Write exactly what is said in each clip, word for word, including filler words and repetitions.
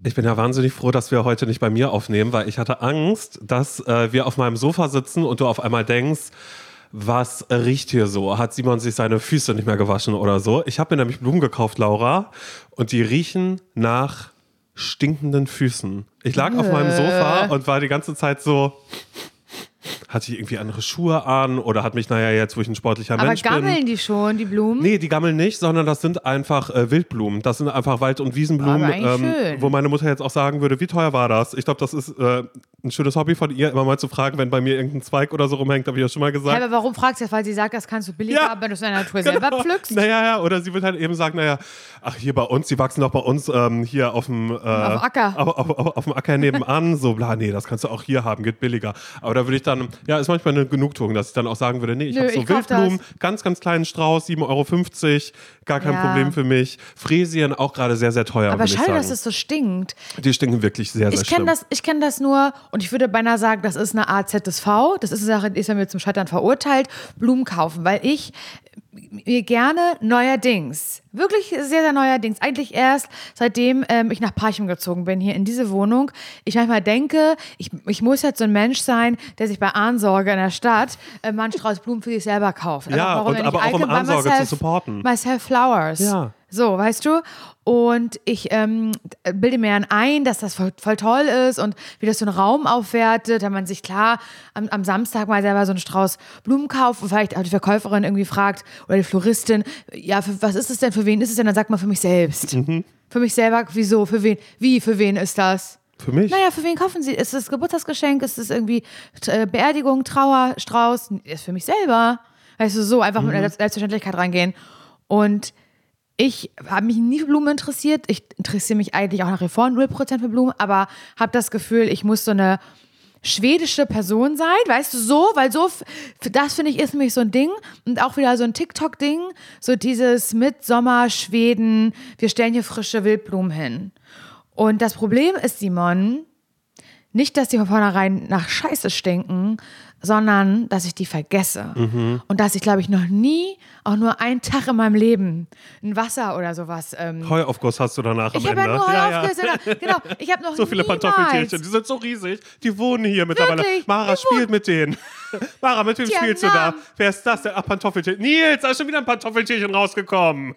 Ich bin ja wahnsinnig froh, dass wir heute nicht bei mir aufnehmen, weil ich hatte Angst, dass äh, wir auf meinem Sofa sitzen und du auf einmal denkst, was riecht hier so? Hat Simon sich seine Füße nicht mehr gewaschen oder so? Ich habe mir nämlich Blumen gekauft, Laura, und die riechen nach stinkenden Füßen. Ich lag äh. auf meinem Sofa und war die ganze Zeit so... Hatte ich irgendwie andere Schuhe an oder hat mich, naja, jetzt, wo ich ein sportlicher Aber Mensch bin... Aber gammeln die schon, die Blumen? Nee, die gammeln nicht, sondern das sind einfach äh, Wildblumen. Das sind einfach Wald- und Wiesenblumen, ähm, wo meine Mutter jetzt auch sagen würde, wie teuer war das? Ich glaube, das ist äh, ein schönes Hobby von ihr, immer mal zu fragen, wenn bei mir irgendein Zweig oder so rumhängt, habe ich ja schon mal gesagt. Ja, aber warum fragst du das? Weil sie sagt, das kannst du billiger ja, haben, wenn du es in der Natur genau. selber pflückst? Naja, ja, oder sie wird halt eben sagen, naja, ach, hier bei uns, die wachsen doch bei uns ähm, hier auf dem... Äh, auf dem Acker. Auf, auf, auf, auf dem Acker nebenan, so, bla, nee, das kannst du auch hier haben, geht billiger. Aber da würde ich dann, ja, ist manchmal eine Genugtuung, dass ich dann auch sagen würde, nee, ich habe so ich Wildblumen, ganz, ganz kleinen Strauß, sieben Euro fünfzig, gar kein ja. Problem für mich. Fräsien auch gerade sehr, sehr teuer. Aber schade, ich dass es so stinkt. Die stinken wirklich sehr, sehr ich kenn schlimm. Das, ich kenne das nur, und ich würde beinahe sagen, das ist eine Art Z S V. Das ist eine Sache, die ist ja mir zum Scheitern verurteilt. Blumen kaufen, weil ich mir gerne neuerdings, wirklich sehr, sehr neuerdings, eigentlich erst seitdem ähm, ich nach Parchim gezogen bin, hier in diese Wohnung, ich manchmal denke, ich, ich muss jetzt so ein Mensch sein, der sich bei Arnsorge in der Stadt äh, mal einen Strauß Blumen für sich selber kauft. Also ja, warum und aber auch um Arnsorge myself, zu supporten. Myself Flowers. Ja. So, weißt du? Und ich ähm, bilde mir dann ein, dass das voll, voll toll ist und wie das so einen Raum aufwertet, wenn man sich klar am, am Samstag mal selber so einen Strauß Blumen kauft und vielleicht auch die Verkäuferin irgendwie fragt oder die Floristin, ja, für, was ist es denn, für wen ist es denn? Dann sagt man für mich selbst. Mhm. Für mich selber, wieso, für wen, wie, für wen ist das? Für mich? Naja, für wen kaufen Sie? Ist es Geburtstagsgeschenk? Ist es irgendwie äh, Beerdigung, Trauer, Strauß? Ist für mich selber. Weißt du, so einfach mhm. mit der Selbstverständlichkeit reingehen. Und ich habe mich nie für Blumen interessiert. Ich interessiere mich eigentlich auch nach wie vor null Prozent für Blumen, aber habe das Gefühl, ich muss so eine schwedische Person sein, weißt du, so, weil so, das finde ich ist nämlich so ein Ding und auch wieder so ein TikTok-Ding, so dieses Mitsommer Schweden, wir stellen hier frische Wildblumen hin. Und das Problem ist, Simon, nicht, dass die von vornherein nach Scheiße stinken, sondern, dass ich die vergesse. Mhm. Und dass ich, glaube ich, noch nie, auch nur einen Tag in meinem Leben, ein Wasser oder sowas. Ähm Heuaufguss hast du danach am ich Ende. Ich habe ja nur Heuaufguss. Ja, ja. Genau, ich habe noch so viele niemals. Pantoffeltierchen, die sind so riesig. Die wohnen hier mittlerweile. Wirklich? Mara spielt mit denen. Mara, mit wem die spielst du da? Wer ist das denn? Ach, Pantoffeltierchen. Nils, da ist schon wieder ein Pantoffeltierchen rausgekommen.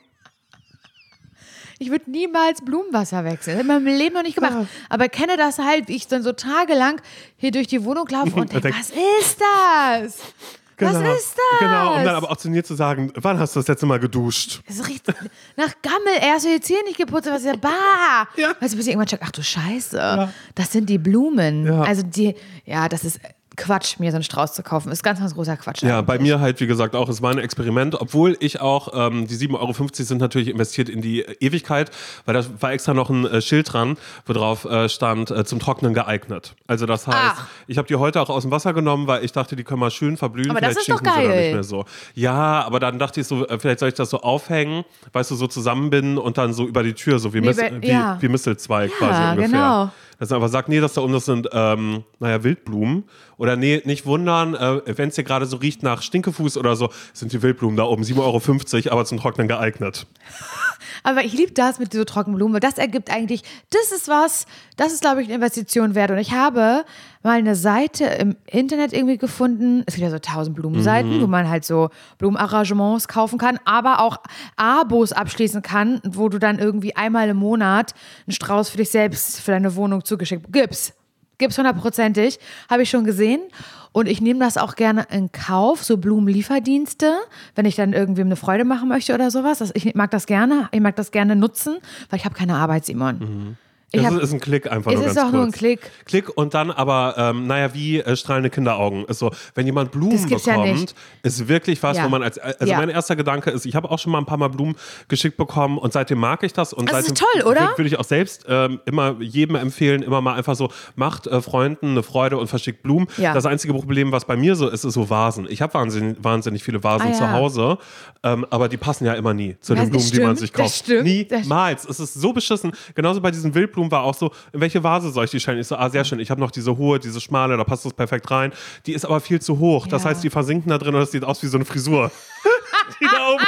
Ich würde niemals Blumenwasser wechseln. Das habe ich in meinem Leben noch nicht gemacht. Ja. Aber kenne das halt, wie ich dann so tagelang hier durch die Wohnung laufe und denke, was ist das? Genau, was ist das? Genau, um dann aber auch zu mir zu sagen, wann hast du das letzte Mal geduscht? Es riecht nach Gammel. Er hast du jetzt hier nicht geputzt. Was ist ja, bah! Ja. Weißt du, bis ich irgendwann check, ach du Scheiße, ja. das sind die Blumen. Ja. Also die, ja, das ist Quatsch, mir so einen Strauß zu kaufen. Ist ganz, ganz großer Quatsch. Ja, eigentlich. Bei mir halt, wie gesagt, auch, es war ein Experiment, obwohl ich auch, ähm, die sieben Euro fünfzig sind natürlich investiert in die Ewigkeit, weil da war extra noch ein äh, Schild dran, wo drauf äh, stand, äh, zum Trocknen geeignet. Also das heißt, Ach. ich habe die heute auch aus dem Wasser genommen, weil ich dachte, die können mal schön verblühen. Aber vielleicht das ist doch geil. Sie dann nicht mehr so. Ja, aber dann dachte ich so, äh, vielleicht soll ich das so aufhängen, weißt du, so zusammenbinden und dann so über die Tür, so wie, Mis- wie, ja. wie Mistelzweig ja, quasi ungefähr. Genau. Dass man einfach sagt, nee, das da unten, das sind, ähm, naja, Wildblumen. Oder nee, nicht wundern, äh, wenn es hier gerade so riecht nach Stinkefuß oder so, sind die Wildblumen da oben, sieben Euro fünfzig, aber zum Trocknen geeignet. Aber ich liebe das mit so Trockenblumen, weil das ergibt eigentlich, das ist was, das ist, glaube ich, eine Investition wert. Und ich habe mal eine Seite im Internet irgendwie gefunden, es gibt ja so tausend Blumenseiten, mhm. wo man halt so Blumenarrangements kaufen kann, aber auch Abos abschließen kann, wo du dann irgendwie einmal im Monat einen Strauß für dich selbst, für deine Wohnung zugeschickt gibst. Gibt's hundertprozentig, habe ich schon gesehen. Und ich nehme das auch gerne in Kauf, so Blumenlieferdienste, wenn ich dann irgendwem eine Freude machen möchte oder sowas. Das, ich mag das gerne, ich mag das gerne nutzen, weil ich habe keine Arbeit, Simon. Mhm. Das hab, ist ein Klick einfach nur ganz kurz. Es ist auch kurz. nur ein Klick. Klick und dann aber, ähm, naja, wie äh, strahlende Kinderaugen. Ist so, wenn jemand Blumen bekommt, ja nicht. ist wirklich was, ja. wo man als, also ja. mein erster Gedanke ist, ich habe auch schon mal ein paar Mal Blumen geschickt bekommen und seitdem mag ich das. Und das seitdem ist toll, oder? Würde würd ich auch selbst ähm, immer jedem empfehlen, immer mal einfach so, macht äh, Freunden eine Freude und verschickt Blumen. Ja. Das einzige Problem, was bei mir so ist, ist so Vasen. Ich habe wahnsinnig, wahnsinnig viele Vasen ah, zu ja. Hause, ähm, aber die passen ja immer nie zu das den Blumen, stimmt, die man sich kauft. Das stimmt, Niemals. Es ist so beschissen. Genauso bei diesen Wildblumen war auch so, in welche Vase soll ich die stellen? Ich so, ah, sehr schön. Ich habe noch diese hohe, diese schmale, da passt das perfekt rein. Die ist aber viel zu hoch. Das ja. heißt, die versinken da drin und das sieht aus wie so eine Frisur. Die da oben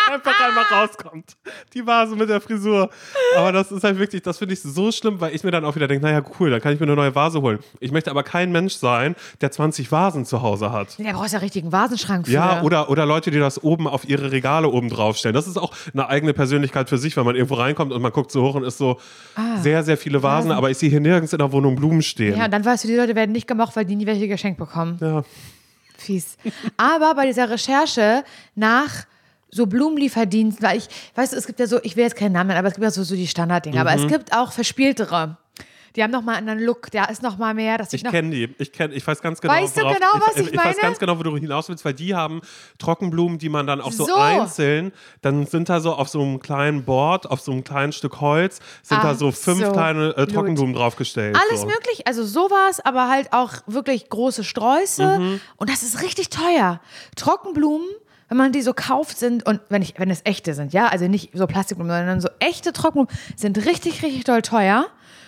einfach einmal rauskommt. Die Vase mit der Frisur. Aber das ist halt wirklich, das finde ich so schlimm, weil ich mir dann auch wieder denke, naja, cool, dann kann ich mir eine neue Vase holen. Ich möchte aber kein Mensch sein, der zwanzig Vasen zu Hause hat. Der braucht ja einen richtigen Vasenschrank für. Ja, oder, oder Leute, die das oben auf ihre Regale oben draufstellen. Das ist auch eine eigene Persönlichkeit für sich, wenn man irgendwo reinkommt und man guckt so hoch und ist so ah, sehr, sehr viele Vasen, Vasen, aber ich sehe hier nirgends in der Wohnung Blumen stehen. Ja, dann weißt du, die Leute werden nicht gemocht, weil die nie welche geschenkt bekommen. Ja. Fies. Aber bei dieser Recherche nach so Blumenlieferdiensten, weil ich, weißt du, es gibt ja so, ich will jetzt keinen Namen nennen, aber es gibt ja so, so die Standarddinger, mhm. aber es gibt auch verspieltere. Die haben nochmal einen anderen Look, der ist nochmal mehr. Dass ich ich kenne die, ich kenne, ich weiß ganz genau, weißt du genau, was ich, ich, ich meine? weiß ganz genau, wo du hinaus willst, weil die haben Trockenblumen, die man dann auch so, so einzeln, dann sind da so auf so einem kleinen Board, auf so einem kleinen Stück Holz, sind ah, da so fünf so kleine äh, Trockenblumen draufgestellt. Alles so. möglich, also sowas, aber halt auch wirklich große Sträuße mhm. und das ist richtig teuer. Trockenblumen, wenn man die so kauft, sind, und wenn, ich, wenn es echte sind, ja, also nicht so Plastikblumen, sondern so echte Trockenblumen, sind richtig, richtig doll teuer.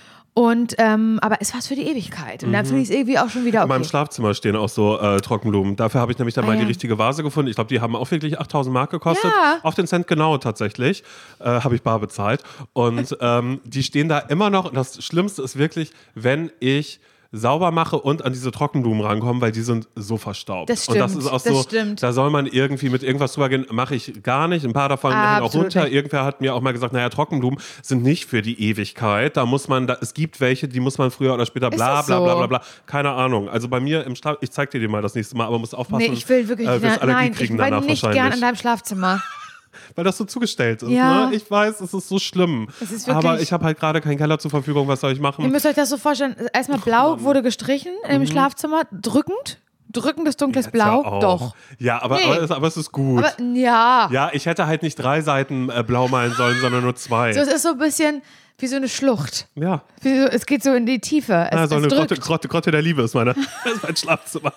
Und, ähm, aber ist was für die Ewigkeit. Und mhm. dann finde ich es irgendwie auch schon wieder okay. In meinem Schlafzimmer stehen auch so äh, Trockenblumen. Dafür habe ich nämlich dann ah, mal ja. die richtige Vase gefunden. Ich glaube, die haben auch wirklich achttausend Mark gekostet. Ja. Auf den Cent genau tatsächlich. Äh, habe ich bar bezahlt. Und ähm, die stehen da immer noch. Und das Schlimmste ist wirklich, wenn ich sauber mache und an diese Trockenblumen rankommen, weil die sind so verstaubt. Das stimmt, und das ist auch das so, stimmt. Da soll man irgendwie mit irgendwas drüber gehen, mache ich gar nicht. Ein paar davon ah, hängen auch runter. Nicht. Irgendwer hat mir auch mal gesagt, naja, Trockenblumen sind nicht für die Ewigkeit. Da muss man, da, es gibt welche, die muss man früher oder später bla bla so? bla bla bla. Keine Ahnung. Also bei mir im Schlaf, ich zeig dir die mal das nächste Mal, aber musst aufpassen. Nee, ich will wirklich, äh, wirst Allergie nein, kriegen ich bin danach nicht gern in deinem Schlafzimmer. Weil das so zugestellt ist, ja. ne? Ich weiß, es ist so schlimm. Es ist aber ich habe halt gerade keinen Keller zur Verfügung, was soll ich machen? Ihr müsst euch das so vorstellen, erstmal blau Mann. wurde gestrichen im mhm. Schlafzimmer, drückend. Drückendes dunkles Jetzt Blau, ja doch. Ja, aber, nee. aber, es, aber es ist gut. Aber, ja. Ja, ich hätte halt nicht drei Seiten äh, blau malen sollen, sondern nur zwei. So, es ist so ein bisschen wie so eine Schlucht. Ja. Wie so, es geht so in die Tiefe. Es, ja, so es eine drückt. Grotte, Grotte, Grotte der Liebe ist, meine, ist mein Schlafzimmer.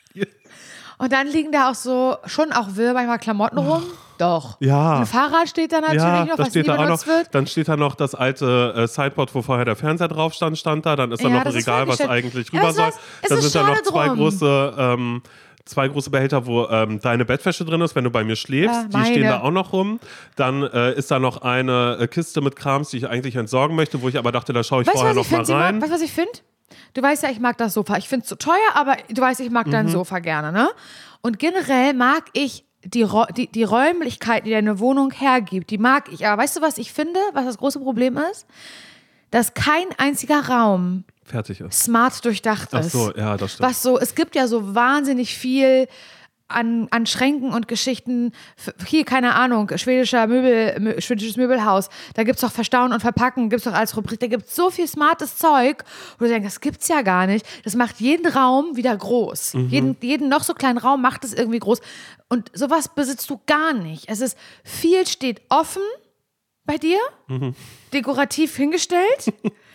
Und dann liegen da auch so, schon auch wirr manchmal Klamotten rum. Doch. Ja. Ein Fahrrad steht da natürlich ja, noch, das was nie steht da benutzt auch noch. wird. Dann steht da noch das alte äh, Sideboard, wo vorher der Fernseher drauf stand, stand da. Dann ist da ja, noch ein Regal, was eigentlich rüber ja, soll. Ist, dann sind da noch zwei drum. große, ähm, zwei große Behälter, wo ähm, deine Bettwäsche drin ist, wenn du bei mir schläfst. Ja, die meine. stehen da auch noch rum. Dann äh, ist da noch eine äh, Kiste mit Krams, die ich eigentlich entsorgen möchte, wo ich aber dachte, da schaue ich weißt, vorher noch ich mal find, rein. Weißt du, was ich finde? Du weißt ja, ich mag das Sofa. Ich finde es zu teuer, aber du weißt, ich mag mhm. dein Sofa gerne, ne? Und generell mag ich Die, die, die Räumlichkeit, die deine Wohnung hergibt, die mag ich. Aber weißt du, was ich finde, was das große Problem ist? Dass kein einziger Raum fertig ist. Smart durchdacht ist. Ach so, ja, das stimmt. Was so, es gibt ja so wahnsinnig viel an, an Schränken und Geschichten. Hier, keine Ahnung, schwedischer Möbel, schwedisches Möbelhaus. Da gibt es doch Verstauen und Verpacken, gibt es doch als Rubrik. Da gibt es so viel smartes Zeug, wo du denkst, das gibt's ja gar nicht. Das macht jeden Raum wieder groß. Mhm. Jeden, jeden noch so kleinen Raum macht es irgendwie groß. Und sowas besitzt du gar nicht. Es ist, viel steht offen bei dir, mhm. dekorativ hingestellt.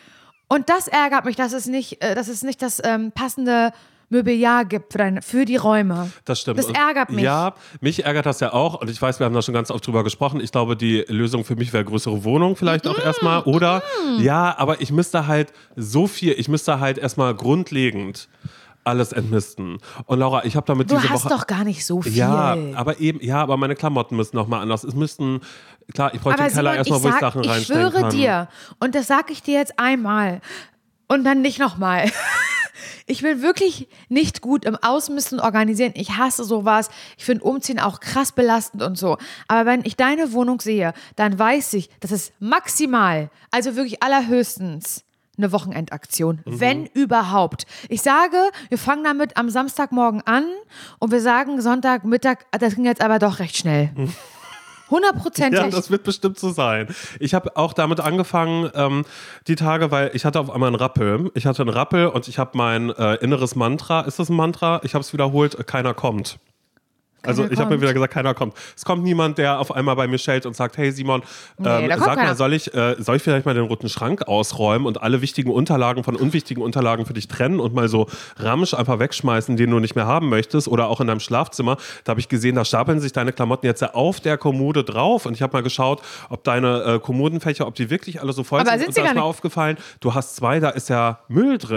Und das ärgert mich, dass es nicht, dass es nicht das ähm, passende Mobiliar gibt für, deine, für die Räume. Das stimmt. Das ärgert mich. Ja, mich ärgert das ja auch. Und ich weiß, wir haben da schon ganz oft drüber gesprochen. Ich glaube, die Lösung für mich wäre größere Wohnung vielleicht auch mm, erstmal. Oder, mm. ja, aber ich müsste halt so viel, ich müsste halt erstmal grundlegend alles entmisten. Und Laura, ich habe damit du diese hast Woche... doch gar nicht so viel. Ja, aber eben, ja, aber meine Klamotten müssen nochmal anders. Es müssten, klar, ich bräuchte den Keller erstmal, wo ich Sachen ich reinstellen kann. Ich schwöre dir, und das sage ich dir jetzt einmal und dann nicht nochmal. Ich bin wirklich nicht gut im Ausmisten organisieren. Ich hasse sowas. Ich finde Umziehen auch krass belastend und so. Aber wenn ich deine Wohnung sehe, dann weiß ich, das ist maximal, also wirklich allerhöchstens eine Wochenendaktion, mhm. wenn überhaupt. Ich sage, wir fangen damit am Samstagmorgen an und wir sagen Sonntagmittag, das ging jetzt aber doch recht schnell. Mhm. Hundertprozentig. Ja, das wird bestimmt so sein. Ich habe auch damit angefangen, ähm, die Tage, weil ich hatte auf einmal einen Rappel. Ich hatte einen Rappel und ich habe mein äh, inneres Mantra. Ist das ein Mantra? Ich habe es wiederholt. Keiner kommt. Also ich habe mir wieder gesagt, keiner kommt. Es kommt niemand, der auf einmal bei mir schellt und sagt, hey Simon, ähm, nee, sag mal, soll ich, äh, soll ich vielleicht mal den roten Schrank ausräumen und alle wichtigen Unterlagen von unwichtigen Unterlagen für dich trennen und mal so Ramsch einfach wegschmeißen, den du nicht mehr haben möchtest, oder auch in deinem Schlafzimmer. Da habe ich gesehen, da stapeln sich deine Klamotten jetzt auf der Kommode drauf und ich habe mal geschaut, ob deine äh, Kommodenfächer, ob die wirklich alle so voll Aber sind. sind Und sie da ist gar mir nicht. aufgefallen, du hast zwei, da ist ja Müll drin.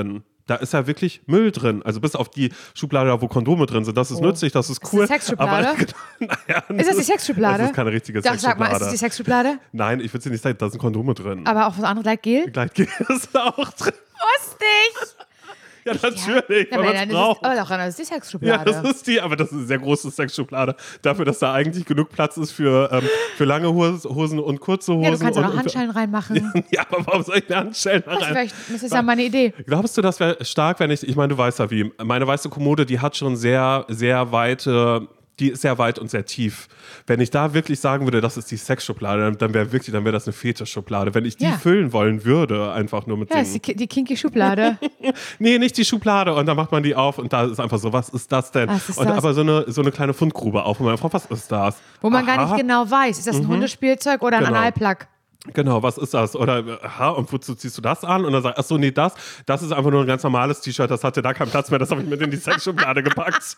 Da ist ja wirklich Müll drin. Also bis auf die Schublade, wo Kondome drin sind. Das ist oh. nützlich, das ist cool. Ist das die Sexschublade? Aber, naja, ist das die Sexschublade? Das ist keine richtige Doch, Sexschublade. Sag mal, ist das die Sexschublade? Nein, ich würde sie nicht sagen, da sind Kondome drin. Aber auch was anderes, Gleitgel? Gleitgel ist da auch drin. Lustig! Ja, natürlich, ja, weil man es braucht. Aber doch, das ist die Sexschublade. Ja, das ist die, aber das ist eine sehr große Sexschublade. Dafür, dass da eigentlich genug Platz ist für, ähm, für lange Hosen und kurze Hosen. Ja, du kannst und, auch noch Handschellen reinmachen. Ja, aber warum soll ich eine Handschellen da rein? Vielleicht, das ist ja meine Idee. Glaubst du, das wäre stark, wenn ich, ich meine, du weißt ja wie, meine weiße Kommode, die hat schon sehr, sehr weite, die ist sehr weit und sehr tief. Wenn ich da wirklich sagen würde, das ist die Sexschublade, dann, dann wäre wirklich, dann wäre das eine Fetischschublade. Wenn ich die ja. füllen wollen würde, einfach nur mit Ja, Dingen. das ist die, die kinky Schublade. Nee, nicht die Schublade. Und dann macht man die auf und da ist einfach so, was ist das denn? Was ist und das? aber so eine, so eine kleine Fundgrube auf. Und man fragt, was ist das? Wo man Aha. gar nicht genau weiß, ist das ein mhm. Hundespielzeug oder ein genau. Analplug? Genau, was ist das? Oder, aha, und wozu ziehst du das an? Und dann sagst du, ach so, nee, das, das ist einfach nur ein ganz normales T-Shirt, das hatte da keinen Platz mehr, das habe ich mit in die Sexschublade gepackt.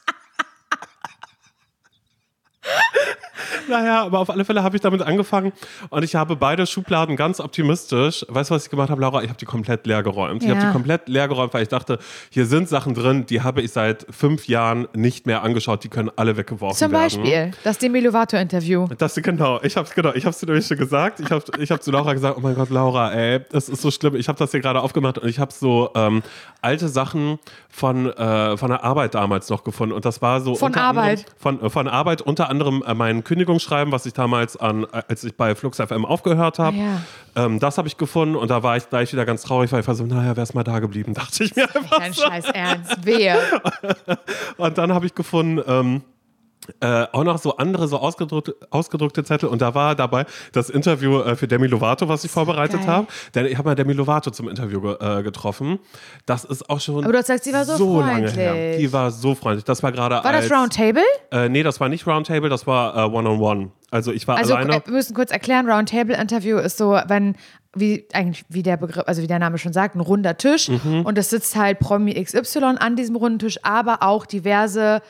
Naja, aber auf alle Fälle habe ich damit angefangen und ich habe beide Schubladen ganz optimistisch, weißt du, was ich gemacht habe, Laura? Ich habe die komplett leer geräumt. Ja. Ich habe die komplett leer geräumt, weil ich dachte, hier sind Sachen drin, die habe ich seit fünf Jahren nicht mehr angeschaut, die können alle weggeworfen Zum werden. Zum Beispiel das Demi Lovato-Interview. Das, genau, ich habe es genau, ich hab's dir nämlich schon gesagt. Ich habe ich hab zu Laura gesagt, oh mein Gott, Laura, ey, das ist so schlimm. Ich habe das hier gerade aufgemacht und ich habe so ähm, alte Sachen von, äh, von der Arbeit damals noch gefunden und das war so von Arbeit? Anderem, von, von Arbeit, unter anderem äh, mein Kündigungsschreiben, was ich damals an, als ich bei Flux F M aufgehört habe. Ah, ja. ähm, das habe ich gefunden und da war ich gleich wieder ganz traurig, weil ich war so, naja, wär's mal da geblieben, dachte ich mir einfach. Kein so. Scheiß Ernst, wehe. Und dann habe ich gefunden, ähm, Äh, auch noch so andere, so ausgedruckte, ausgedruckte Zettel und da war dabei das Interview äh, für Demi Lovato, was ich vorbereitet habe. Denn ich habe mal Demi Lovato zum Interview ge äh, getroffen. Das ist auch schon Aber du hast gesagt, sie war so, so freundlich. lange her. Die war so freundlich. Das war gerade War als, das Roundtable? Äh, nee, das war nicht Roundtable, das war äh, One-on-One. Also ich war also, alleine. Also wir müssen kurz erklären, Roundtable-Interview ist so, wenn wie eigentlich wie der Begriff, also wie der Name schon sagt, ein runder Tisch mhm. und es sitzt halt Promi X Y an diesem runden Tisch, aber auch diverse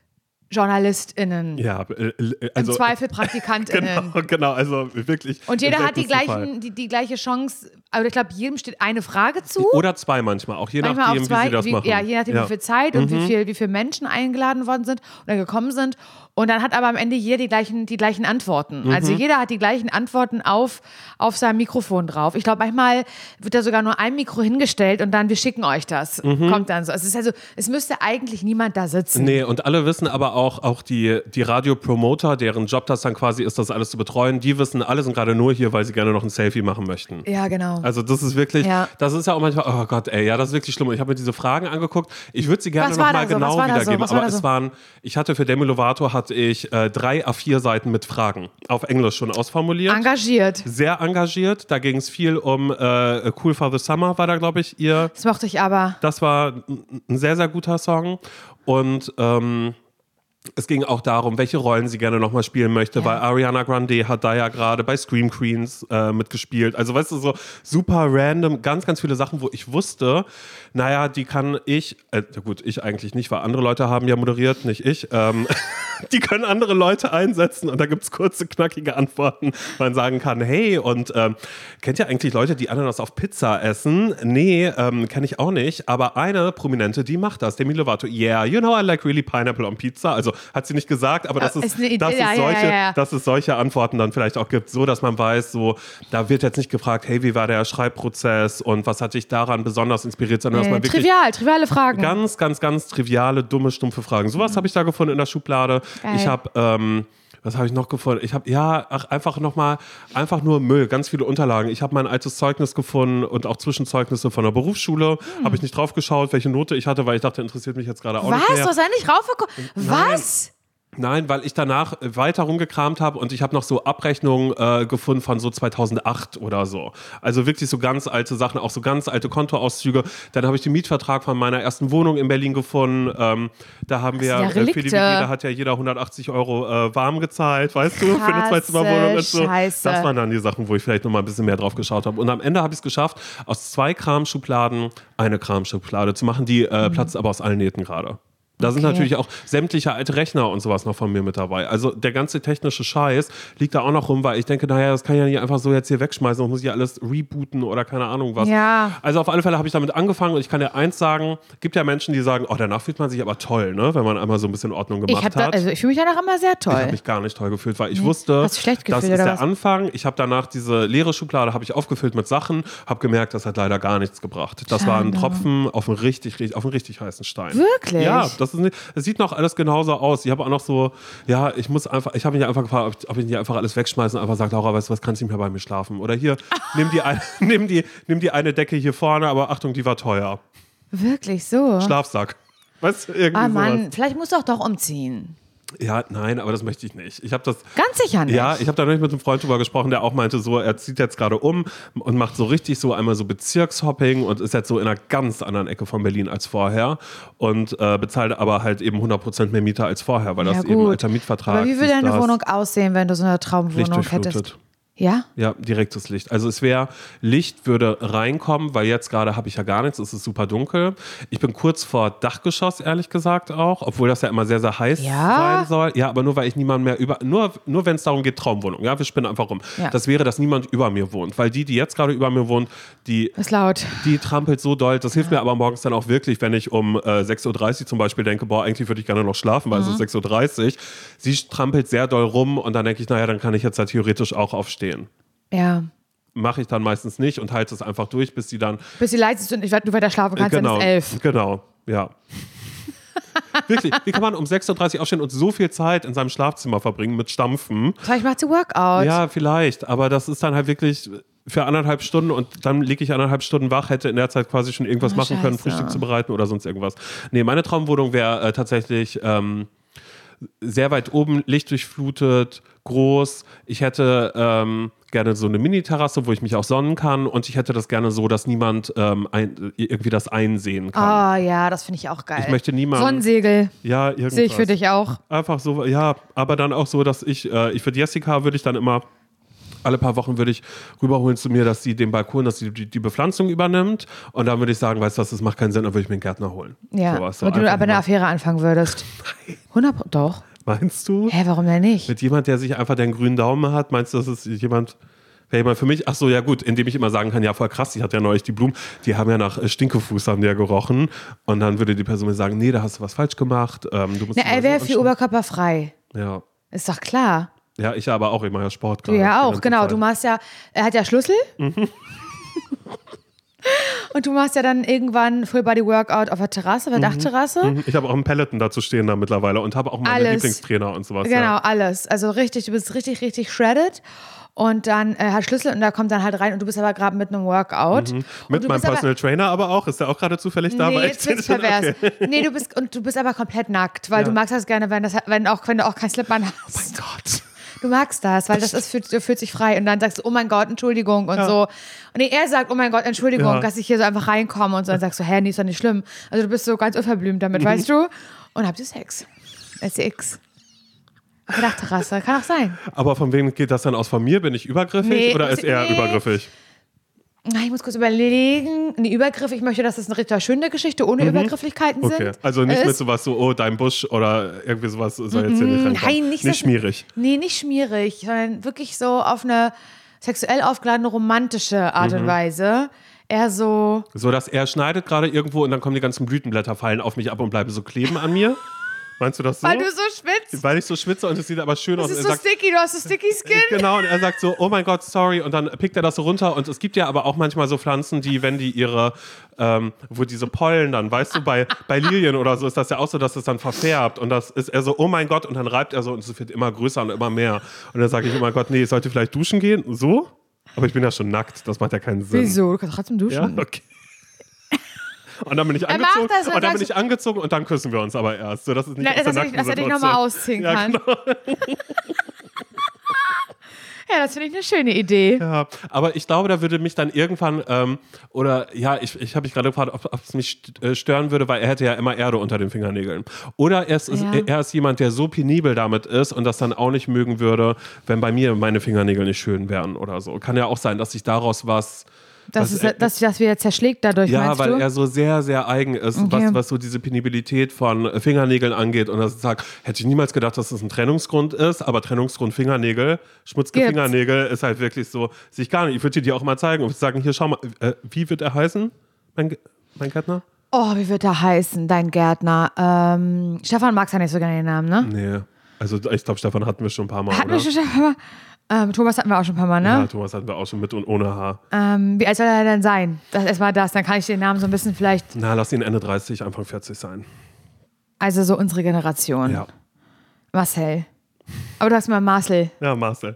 JournalistInnen. Ja, also, im Zweifel PraktikantInnen. Genau, genau, also wirklich. Und jeder hat die, gleichen, die, die gleiche Chance, aber ich glaube, jedem steht eine Frage zu. Oder zwei manchmal, auch je manchmal nachdem, auch zwei, wie sie das wie, machen. Ja, je nachdem, ja. wie viel Zeit mhm. und wie viel, wie viele Menschen eingeladen worden sind oder gekommen sind. Und dann hat aber am Ende jeder die gleichen, die gleichen Antworten. Mhm. Also jeder hat die gleichen Antworten auf, auf seinem Mikrofon drauf. Ich glaube, manchmal wird da sogar nur ein Mikro hingestellt und dann, wir schicken euch das. Mhm. Kommt dann so. Also es, ist also, es müsste eigentlich niemand da sitzen. Nee, und alle wissen aber auch, auch die, die Radiopromoter, deren Job das dann quasi ist, das alles zu betreuen, die wissen, alle sind gerade nur hier, weil sie gerne noch ein Selfie machen möchten. Ja, genau. Also das ist wirklich, ja. das ist ja auch manchmal, oh Gott, ey, ja, das ist wirklich schlimm. Ich habe mir diese Fragen angeguckt. Ich würde sie gerne nochmal so? genau wiedergeben. So? Aber so? es waren, ich hatte für Demi Lovato hatte ich äh, drei A vier Seiten mit Fragen auf Englisch schon ausformuliert. Engagiert. Sehr engagiert. Da ging es viel um äh, Cool for the Summer, war da, glaube ich, ihr. Das mochte ich aber. Das war ein sehr, sehr guter Song. Und ähm, es ging auch darum, welche Rollen sie gerne nochmal spielen möchte, ja. weil Ariana Grande hat da ja gerade bei Scream Queens äh, mitgespielt. Also weißt du, so super random, ganz, ganz viele Sachen, wo ich wusste, naja, die kann ich, äh, gut, ich eigentlich nicht, weil andere Leute haben ja moderiert, nicht ich, ähm, die können andere Leute einsetzen und da gibt es kurze, knackige Antworten, man sagen kann, hey, und ähm, kennt ihr eigentlich Leute, die Ananas auf Pizza essen? Nee, ähm, kenne ich auch nicht, aber eine Prominente, die macht das, Demi Lovato, yeah, you know I like really pineapple on pizza, also hat sie nicht gesagt, aber dass, es, Idee, dass, ja, es solche, ja, ja. dass es solche Antworten dann vielleicht auch gibt, so dass man weiß, so, da wird jetzt nicht gefragt, hey, wie war der Schreibprozess und was hat dich daran besonders inspiriert, sondern dass man wirklich trivial, triviale Fragen. Ganz, ganz, ganz triviale, dumme, stumpfe Fragen. Sowas mhm. habe ich da gefunden in der Schublade. Geil. Ich habe, ähm, was habe ich noch gefunden? Ich habe, ja, ach, einfach nochmal, einfach nur Müll, ganz viele Unterlagen. Ich habe mein altes Zeugnis gefunden und auch Zwischenzeugnisse von der Berufsschule. Mhm. Habe ich nicht drauf geschaut, welche Note ich hatte, weil ich dachte, interessiert mich jetzt gerade auch was? nicht mehr. Was? Du hast da nicht raufgeguckt? Was? Nein, weil ich danach weiter rumgekramt habe und ich habe noch so Abrechnungen äh, gefunden von so zweitausendacht oder so. Also wirklich so ganz alte Sachen, auch so ganz alte Kontoauszüge. Dann habe ich den Mietvertrag von meiner ersten Wohnung in Berlin gefunden. Ähm, da haben wir, ja äh, für die W G, da hat ja jeder hundertachtzig Euro äh, warm gezahlt, weißt du, für eine Zweizimmerwohnung und so. Scheiße. Das waren dann die Sachen, wo ich vielleicht noch mal ein bisschen mehr drauf geschaut habe. Und am Ende habe ich es geschafft, aus zwei Kramschubladen eine Kramschublade zu machen. Die äh, mhm. platzt aber aus allen Nähten gerade. Da Okay. sind natürlich auch sämtliche alte Rechner und sowas noch von mir mit dabei. Also der ganze technische Scheiß liegt da auch noch rum, weil ich denke, naja, das kann ich ja nicht einfach so jetzt hier wegschmeißen, das muss ich ja alles rebooten oder keine Ahnung was. Ja. Also auf alle Fälle habe ich damit angefangen und ich kann dir eins sagen, gibt ja Menschen, die sagen, oh, danach fühlt man sich aber toll, ne, wenn man einmal so ein bisschen Ordnung gemacht Ich, hab da, hat. also ich fühle mich danach immer sehr Ich habe toll. mich gar nicht toll gefühlt, weil ich Nee. wusste, Hast du schlecht das gefühlt, ist oder der was? Anfang. Ich habe danach diese leere Schublade habe ich aufgefüllt mit Sachen, habe gemerkt, das hat leider gar nichts gebracht. Das war ein Schade. Tropfen auf einen richtig, richtig, auf einen richtig heißen Stein. Wirklich? Ja, das, ist nicht, das sieht noch alles genauso aus. Ich habe auch noch so, ja, ich muss einfach, ich habe mich einfach gefragt, ob ich, ob ich nicht einfach alles wegschmeiße und einfach sage, Laura, weißt du was, kannst nicht mehr bei mir schlafen. Oder hier, nimm die, ein, nimm, die, nimm die eine Decke hier vorne, aber Achtung, die war teuer. Wirklich so? Schlafsack. Weißt du, irgendwie Ah sowas. Mann, vielleicht musst du auch doch umziehen. Ja, nein, aber das möchte ich nicht. Ich habe das. Ganz sicher nicht. Ja, ich habe da neulich mit einem Freund drüber gesprochen, der auch meinte, so, er zieht jetzt gerade um und macht so richtig so einmal so Bezirkshopping und ist jetzt so in einer ganz anderen Ecke von Berlin als vorher und äh, bezahlt aber halt eben hundert Prozent mehr Miete als vorher, weil Ja, das gut. eben alter Mietvertrag ist. Aber wie würde deine Wohnung aussehen, wenn du so eine Traumwohnung hättest? Lichtdurchflutet. Ja? Ja, direktes Licht. Also es wäre, Licht würde reinkommen, weil jetzt gerade habe ich ja gar nichts, es ist super dunkel. Ich bin kurz vor Dachgeschoss, ehrlich gesagt auch, obwohl das ja immer sehr, sehr heiß Ja? sein soll. Ja, aber nur weil ich niemanden mehr über, nur, nur wenn es darum geht, Traumwohnung, ja, wir spinnen einfach rum. Ja. Das wäre, dass niemand über mir wohnt, weil die, die jetzt gerade über mir wohnt, die, Ist laut. die trampelt so doll, das hilft mir aber morgens dann auch wirklich, wenn ich um äh, sechs Uhr dreißig zum Beispiel denke, boah, eigentlich würde ich gerne noch schlafen, weil es ist sechs Uhr dreißig. Sie trampelt sehr doll rum und dann denke ich, naja, dann kann ich jetzt halt theoretisch auch aufstehen. Ja. Mache ich dann meistens nicht und halte es einfach durch, bis die dann. Bis die leise ist und ich, du weiter schlafen kannst, genau, dann ist elf. Genau, ja. Wirklich, wie kann man um sechs Uhr dreißig aufstehen und so viel Zeit in seinem Schlafzimmer verbringen mit Stampfen? Vielleicht macht sie Workout. Ja, vielleicht, aber das ist dann halt wirklich für anderthalb Stunden und dann liege ich anderthalb Stunden wach, hätte in der Zeit quasi schon irgendwas Oh, machen können, Scheiße. Frühstück zubereiten oder sonst irgendwas. Nee, meine Traumwohnung wäre äh, tatsächlich ähm, sehr weit oben, lichtdurchflutet, groß. Ich hätte ähm, gerne so eine Mini-Terrasse, wo ich mich auch sonnen kann und ich hätte das gerne so, dass niemand ähm, ein, irgendwie das einsehen kann. Ah ja, das finde ich auch geil. Ich möchte niemanden. Sonnensegel Ja, irgendwas. sehe ich für dich auch. Einfach so, ja, aber dann auch so, dass ich, äh, ich für Jessica würde ich dann immer, alle paar Wochen würde ich rüberholen zu mir, dass sie den Balkon, dass sie die, die Bepflanzung übernimmt und dann würde ich sagen, weißt du was, das macht keinen Sinn, dann würde ich mir einen Gärtner holen. Ja. Sowas, so Und du einfach aber eine mal. Affäre anfangen würdest. hundert Prozent Doch. Meinst du? Hä, warum denn nicht? Mit jemand, der sich einfach den grünen Daumen hat, meinst du, das ist jemand, wäre jemand für mich? Ach so, ja gut, indem ich immer sagen kann, ja voll krass, ich hatte ja neulich die Blumen, die haben ja nach äh, Stinkefuß haben die ja gerochen und dann würde die Person mir sagen, nee, da hast du was falsch gemacht. Ähm, du musst Na, die mal er wäre so viel anschauen. oberkörperfrei. Ja. Ist doch klar. Ja, ich aber auch, ich mache ja Sport Du gerade. ja die auch, ganze genau. Zeit. Du machst ja, er hat ja Schlüssel. Und du machst ja dann irgendwann Full-Body-Workout auf der Terrasse, auf der Dachterrasse. Mhm, Ich habe auch einen Peloton dazu stehen da mittlerweile und habe auch meine Alles. Lieblingstrainer und sowas. Genau, Ja. alles. Also richtig, du bist richtig, richtig shredded. Und dann äh, hat Schlüssel und da kommt dann halt rein und du bist aber gerade mit einem Workout. Und Mit du meinem bist aber- Personal Trainer aber auch. Ist der auch gerade zufällig da? Nee, Weil jetzt ich wird's den- pervers. Okay. Nee, du bist und du bist aber komplett nackt, weil Ja. du magst das gerne, wenn das wenn auch wenn du auch kein Slip an Mein hast. Gott. Du magst das, weil das ist fühlt, du fühlst dich frei und dann sagst du, oh mein Gott, Entschuldigung und so. Und nee, er sagt, oh mein Gott, Entschuldigung, Ja. dass ich hier so einfach reinkomme und so. Dann sagst du, hä, nee, ist doch nicht schlimm. Also du bist so ganz unverblümt Mhm. damit, weißt du? Und habt ihr Sex. S C X. Auf der Dachterrasse, kann auch sein. Aber von wem geht das dann aus? Von mir? Bin ich übergriffig Nee, oder ist er nee. übergriffig? Na, ich muss kurz überlegen. Nee, Übergriff, ich möchte, dass das eine richtig schöne Geschichte ohne Übergrifflichkeiten Mhm. Okay. sind. Also nicht Ist- mit sowas so, oh, dein Busch oder irgendwie sowas soll jetzt hier nicht reinkommen. Nein, nicht, Nicht das- schmierig. Nee, nicht schmierig, sondern wirklich so auf eine sexuell aufgeladene, romantische Art Mhm. und Weise. Eher so, So, dass er schneidet gerade irgendwo und dann kommen die ganzen Blütenblätter, fallen auf mich ab und bleiben so kleben an mir. Meinst du das so? weil du so schwitzt. Weil ich so schwitze und es sieht aber schön aus. Das ist Und so er sagt, sticky, du hast so sticky Skin. Genau, und er sagt so, oh mein Gott, sorry, und dann pickt er das so runter und es gibt ja aber auch manchmal so Pflanzen, die, wenn die ihre, ähm, wo diese Pollen dann, weißt du, bei, bei Lilien oder so ist das ja auch so, dass es dann verfärbt und das ist er so, oh mein Gott, und dann reibt er so und es wird immer größer und immer mehr und dann sage ich, oh mein Gott, nee, ich sollte vielleicht duschen gehen, so? Aber ich bin ja schon nackt, das macht ja keinen Sinn. Wieso? Du kannst trotzdem Ja, duschen. okay. Und dann bin ich Er macht angezogen das und und dann sagst bin ich angezogen und dann küssen wir uns aber erst. So, dass es nicht Na, aus der dass er nackten dich- dass er dich Situation- nochmal ausziehen ja, kann. Genau. Ja, das finde ich eine schöne Idee. Ja, aber ich glaube, da würde mich dann irgendwann, ähm, oder ja, ich, ich habe mich gerade gefragt, ob, ob es mich st- äh, stören würde, weil er hätte ja immer Erde unter den Fingernägeln. Oder er ist, Ja. er ist jemand, der so penibel damit ist und das dann auch nicht mögen würde, wenn bei mir meine Fingernägel nicht schön wären oder so. Kann ja auch sein, dass sich daraus was Dass, es, dass sich das wieder zerschlägt dadurch, ja, meinst weil du? er so sehr, sehr eigen ist, Okay. was, was so diese Penibilität von Fingernägeln angeht. Und das sagt, hätte ich niemals gedacht, dass das ein Trennungsgrund ist, aber Trennungsgrund Fingernägel, schmutzige Gibt's. Fingernägel ist halt wirklich so, sich gar nicht. Ich würde dir die auch mal zeigen und sagen, hier, schau mal, äh, wie wird er heißen, mein, mein Gärtner? Oh, wie wird er heißen, dein Gärtner? Ähm, Stefan mag ja nicht so gerne den Namen, ne? Nee, also ich glaube, Stefan hatten wir schon ein paar Mal, Hatten oder? wir schon Stefan mal? Ähm, Thomas hatten wir auch schon ein paar Mal, ne? Ja, Thomas hatten wir auch schon mit und ohne Haar. Ähm, wie alt soll er denn sein? Das erstmal das, dann kann ich den Namen so ein bisschen vielleicht, Na, lass ihn Ende dreißig, Anfang vierzig sein. also so unsere Generation. Ja. Marcel. Aber du hast mal Marcel. Ja, Marcel.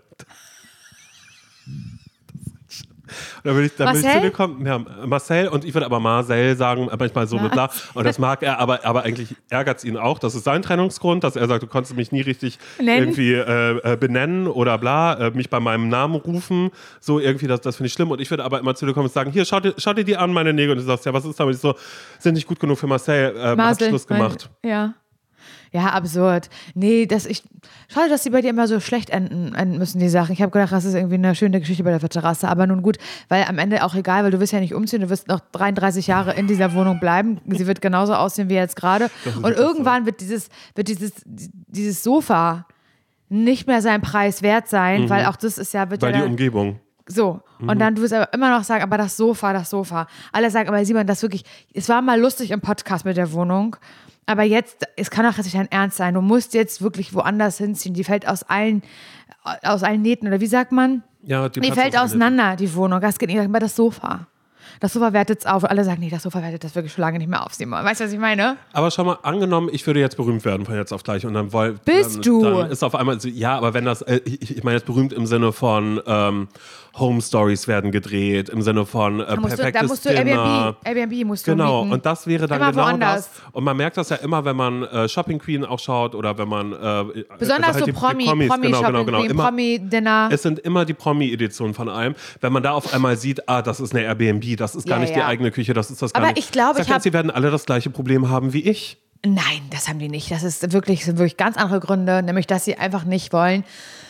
Da würde ich, da würd ich Marcel? zu dir kommen. Ja, Marcel und ich würde aber Marcel sagen, manchmal so mit bla. Und das mag er, aber, aber eigentlich ärgert es ihn auch. Das ist sein Trennungsgrund, dass er sagt, du konntest mich nie richtig Nennen? irgendwie äh, benennen oder bla, äh, mich bei meinem Namen rufen. So irgendwie, das, das finde ich schlimm. Und ich würde aber immer zu dir kommen und sagen, hier, schau dir, schau dir die an, meine Nägel. Und du sagst, ja, was ist damit? Ich so, sind nicht gut genug für Marcel. Äh, hat Schluss gemacht. Mein, ja. Ja, absurd. Nee, das ich. Schade, dass die bei dir immer so schlecht enden, enden müssen, die Sachen. Ich habe gedacht, das ist irgendwie eine schöne Geschichte bei der Terrasse. Aber nun gut, weil am Ende auch egal, weil du wirst ja nicht umziehen, du wirst noch dreiunddreißig Jahre in dieser Wohnung bleiben. Sie wird genauso aussehen wie jetzt gerade. Und irgendwann wird dieses, wird dieses, dieses Sofa nicht mehr seinen Preis wert sein, mhm. weil auch das ist ja. Wird weil ja die Umgebung. So, mhm. und dann du wirst aber immer noch sagen, aber das Sofa, das Sofa. Alle sagen, aber Simon, das wirklich, es war mal lustig im Podcast mit der Wohnung, aber jetzt, es kann doch nicht dein Ernst sein. Du musst jetzt wirklich woanders hinziehen. Die fällt aus allen, aus allen Nähten, oder wie sagt man? Ja, die, die fällt auseinander, die Wohnung. Das geht nicht, aber das Sofa. Das Sofa wertet es auf. Und alle sagen, nee, das Sofa wertet das wirklich schon lange nicht mehr auf, Simon. Weißt du, was ich meine? Aber schau mal, angenommen, ich würde jetzt berühmt werden von jetzt auf gleich. Und dann wollt, Bist dann, du? Dann ist auf einmal, so, ja, aber wenn das, äh, ich, ich meine jetzt berühmt im Sinne von ähm, Home Stories werden gedreht, im Sinne von äh, da musst perfektes du, da musst du Dinner. Airbnb, Airbnb musst du Genau, mieten. und das wäre dann immer genau woanders. das. Und man merkt das ja immer, wenn man äh, Shopping Queen auch schaut oder wenn man äh, besonders also halt so die, Promi, die Promis, Promi genau, Shopping genau, genau. Queen, Immer, Promi-Dinner. es sind immer die Promi-Editionen von allem. Wenn man da auf einmal sieht, ah, das ist eine Airbnb, das ist gar Ja, nicht ja. die eigene Küche, das ist das gar Aber nicht. ich glaube, Sag ich hab- jetzt, sie werden alle das gleiche Problem haben wie ich. Nein, das haben die nicht. Das ist wirklich, sind wirklich ganz andere Gründe, nämlich, dass sie einfach nicht wollen,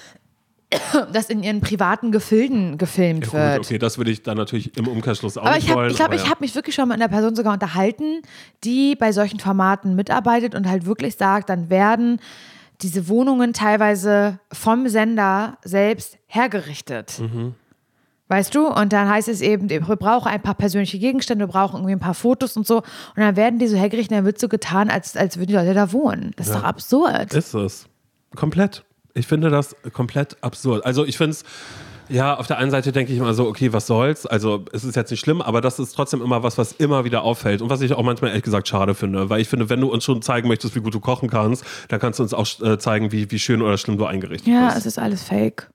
dass in ihren privaten Gefilden gefilmt Ja, wird. gut, okay, das würde ich dann natürlich im Umkehrschluss auch Aber nicht ich, hab, wollen. ich glaube, aber ich ja. habe mich wirklich schon mit einer Person sogar unterhalten, die bei solchen Formaten mitarbeitet und halt wirklich sagt, dann werden diese Wohnungen teilweise vom Sender selbst hergerichtet. Mhm. Weißt du? Und dann heißt es eben, wir brauchen ein paar persönliche Gegenstände, wir brauchen irgendwie ein paar Fotos und so. Und dann werden die so hergerichtet, dann wird so getan, als, als würden die Leute da wohnen. Das ist Ja. doch absurd. Ist es. Komplett. Ich finde das komplett absurd. Also ich finde es, ja, auf der einen Seite denke ich immer so, okay, was soll's? Also es ist jetzt nicht schlimm, aber das ist trotzdem immer was, was immer wieder auffällt und was ich auch manchmal ehrlich gesagt schade finde. Weil ich finde, wenn du uns schon zeigen möchtest, wie gut du kochen kannst, dann kannst du uns auch äh, zeigen, wie, wie schön oder schlimm du eingerichtet Ja, bist. es ist alles fake.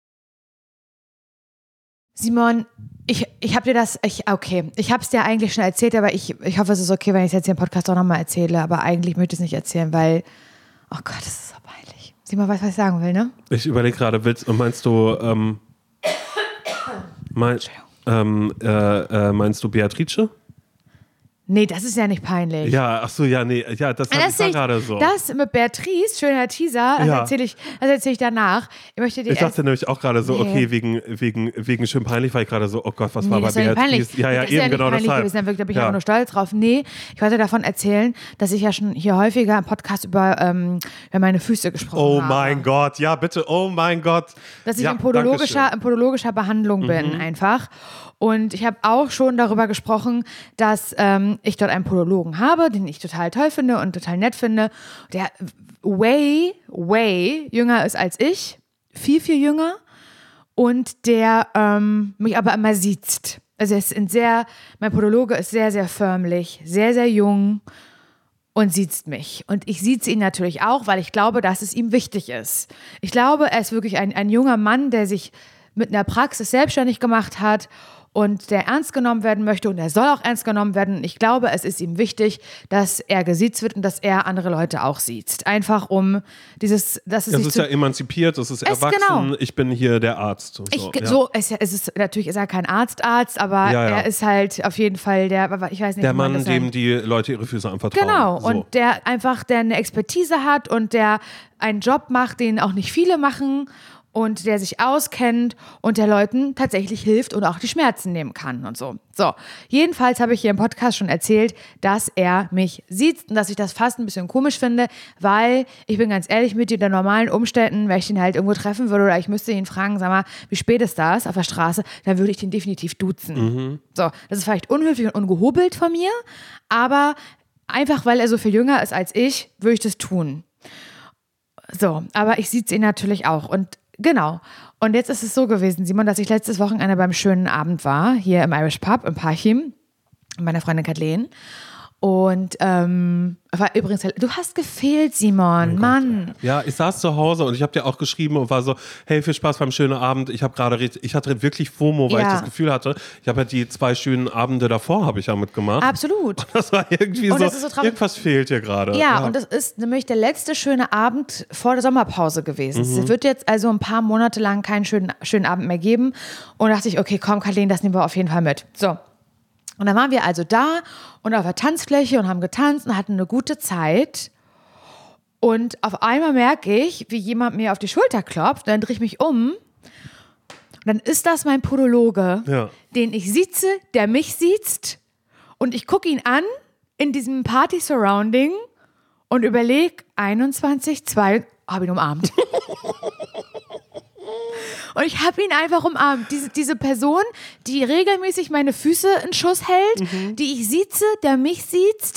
Simon, ich, ich habe dir das, ich, okay, ich habe es dir eigentlich schon erzählt, aber ich, ich hoffe, es ist okay, wenn ich es jetzt hier im Podcast auch nochmal erzähle, aber eigentlich möchte ich es nicht erzählen, weil, oh Gott, das ist so peinlich. Simon weiß, was ich sagen will, ne? Ich überlege gerade, willst meinst du, ähm, mein, ähm, äh, äh, meinst du Beatrice? Nee, das ist ja nicht peinlich. Ja, ach so, ja, nee, ja, das habe ich Das, da ich, gerade so. das mit Beatrice, schöner Teaser, das Ja. erzähle ich, das erzähl ich danach. Ich möchte dir Ich dachte nämlich auch gerade so, Nee. okay, wegen, wegen, wegen schön peinlich, war ich gerade so, oh Gott, was war Nee, bei das ist ja nicht peinlich. Beatrice? Ja, ja, das ist eben ja nicht genau peinlich deshalb. gewesen, da bin ich Ja. einfach nur stolz drauf. Nee, ich wollte davon erzählen, dass ich ja schon hier häufiger im Podcast über, ähm, über meine Füße gesprochen Oh habe. mein Gott, ja, bitte, oh mein Gott. Dass ich ja, in, podologischer, Dankeschön. in podologischer Behandlung bin, einfach. Und ich habe auch schon darüber gesprochen, dass ähm, ich dort einen Podologen habe, den ich total toll finde und total nett finde, der way, way jünger ist als ich, viel, viel jünger und der ähm, mich aber immer siezt. Also er ist ein sehr, mein Podologe ist sehr, sehr förmlich, sehr, sehr jung und siezt mich. Und ich sieze ihn natürlich auch, weil ich glaube, dass es ihm wichtig ist. Ich glaube, er ist wirklich ein, ein junger Mann, der sich mit einer Praxis selbstständig gemacht hat und der ernst genommen werden möchte und er soll auch ernst genommen werden. Ich glaube, es ist ihm wichtig, dass er gesiezt wird und dass er andere Leute auch siezt. Einfach um dieses, dass es Das nicht ist zu ja emanzipiert, das ist Es- erwachsen, genau. ich bin hier der Arzt. So, Ich, ja. so, es, es ist, natürlich ist er kein Arzt-Arzt, aber Ja, ja. er ist halt auf jeden Fall der, ich weiß nicht, der wie man Mann, das nennt. dem die Leute ihre Füße anvertrauen. Genau, so. und der einfach, der eine Expertise hat und der einen Job macht, den auch nicht viele machen und der sich auskennt und der Leuten tatsächlich hilft und auch die Schmerzen nehmen kann und so. So, jedenfalls habe ich hier im Podcast schon erzählt, dass er mich sieht und dass ich das fast ein bisschen komisch finde, weil ich bin ganz ehrlich mit dir, unter normalen Umständen, wenn ich ihn halt irgendwo treffen würde oder ich müsste ihn fragen, sag mal, wie spät ist das auf der Straße, dann würde ich den definitiv duzen. Mhm. So, das ist vielleicht unhöflich und ungehobelt von mir, aber einfach, weil er so viel jünger ist als ich, würde ich das tun. So, aber ich sieze ihn natürlich auch und genau. Und jetzt ist es so gewesen, Simon, dass ich letztes Wochenende beim schönen Abend war, hier im Irish Pub in Parchim, mit meiner Freundin Kathleen. Und ähm, war übrigens, du hast gefehlt, Simon, oh Mann. Gott. Ja, ich saß zu Hause und ich habe dir auch geschrieben und war so, hey, viel Spaß beim schönen Abend. Ich habe gerade, ich hatte wirklich FOMO, weil ja. ich das Gefühl hatte, ich habe ja die zwei schönen Abende davor habe ich ja mitgemacht. Absolut. Und das war irgendwie so, so irgendwas fehlt hier gerade. Ja, ja, und das ist nämlich der letzte schöne Abend vor der Sommerpause gewesen. Mhm. Es wird jetzt also ein paar Monate lang keinen schönen, schönen Abend mehr geben. Und da dachte ich, okay, komm, Kathleen, das nehmen wir auf jeden Fall mit. So. Und dann waren wir also da und auf der Tanzfläche und haben getanzt und hatten eine gute Zeit. Und auf einmal merke ich, wie jemand mir auf die Schulter klopft. Dann drehe ich mich um. Und dann ist das mein Podologe, ja. den ich sieze, der mich siezt. Und ich gucke ihn an in diesem Party-Surrounding und überlege, einundzwanzig, zwei, habe ihn umarmt. Und ich habe ihn einfach umarmt. Diese, diese Person, die regelmäßig meine Füße in Schuss hält, mhm. die ich sieze, der mich siezt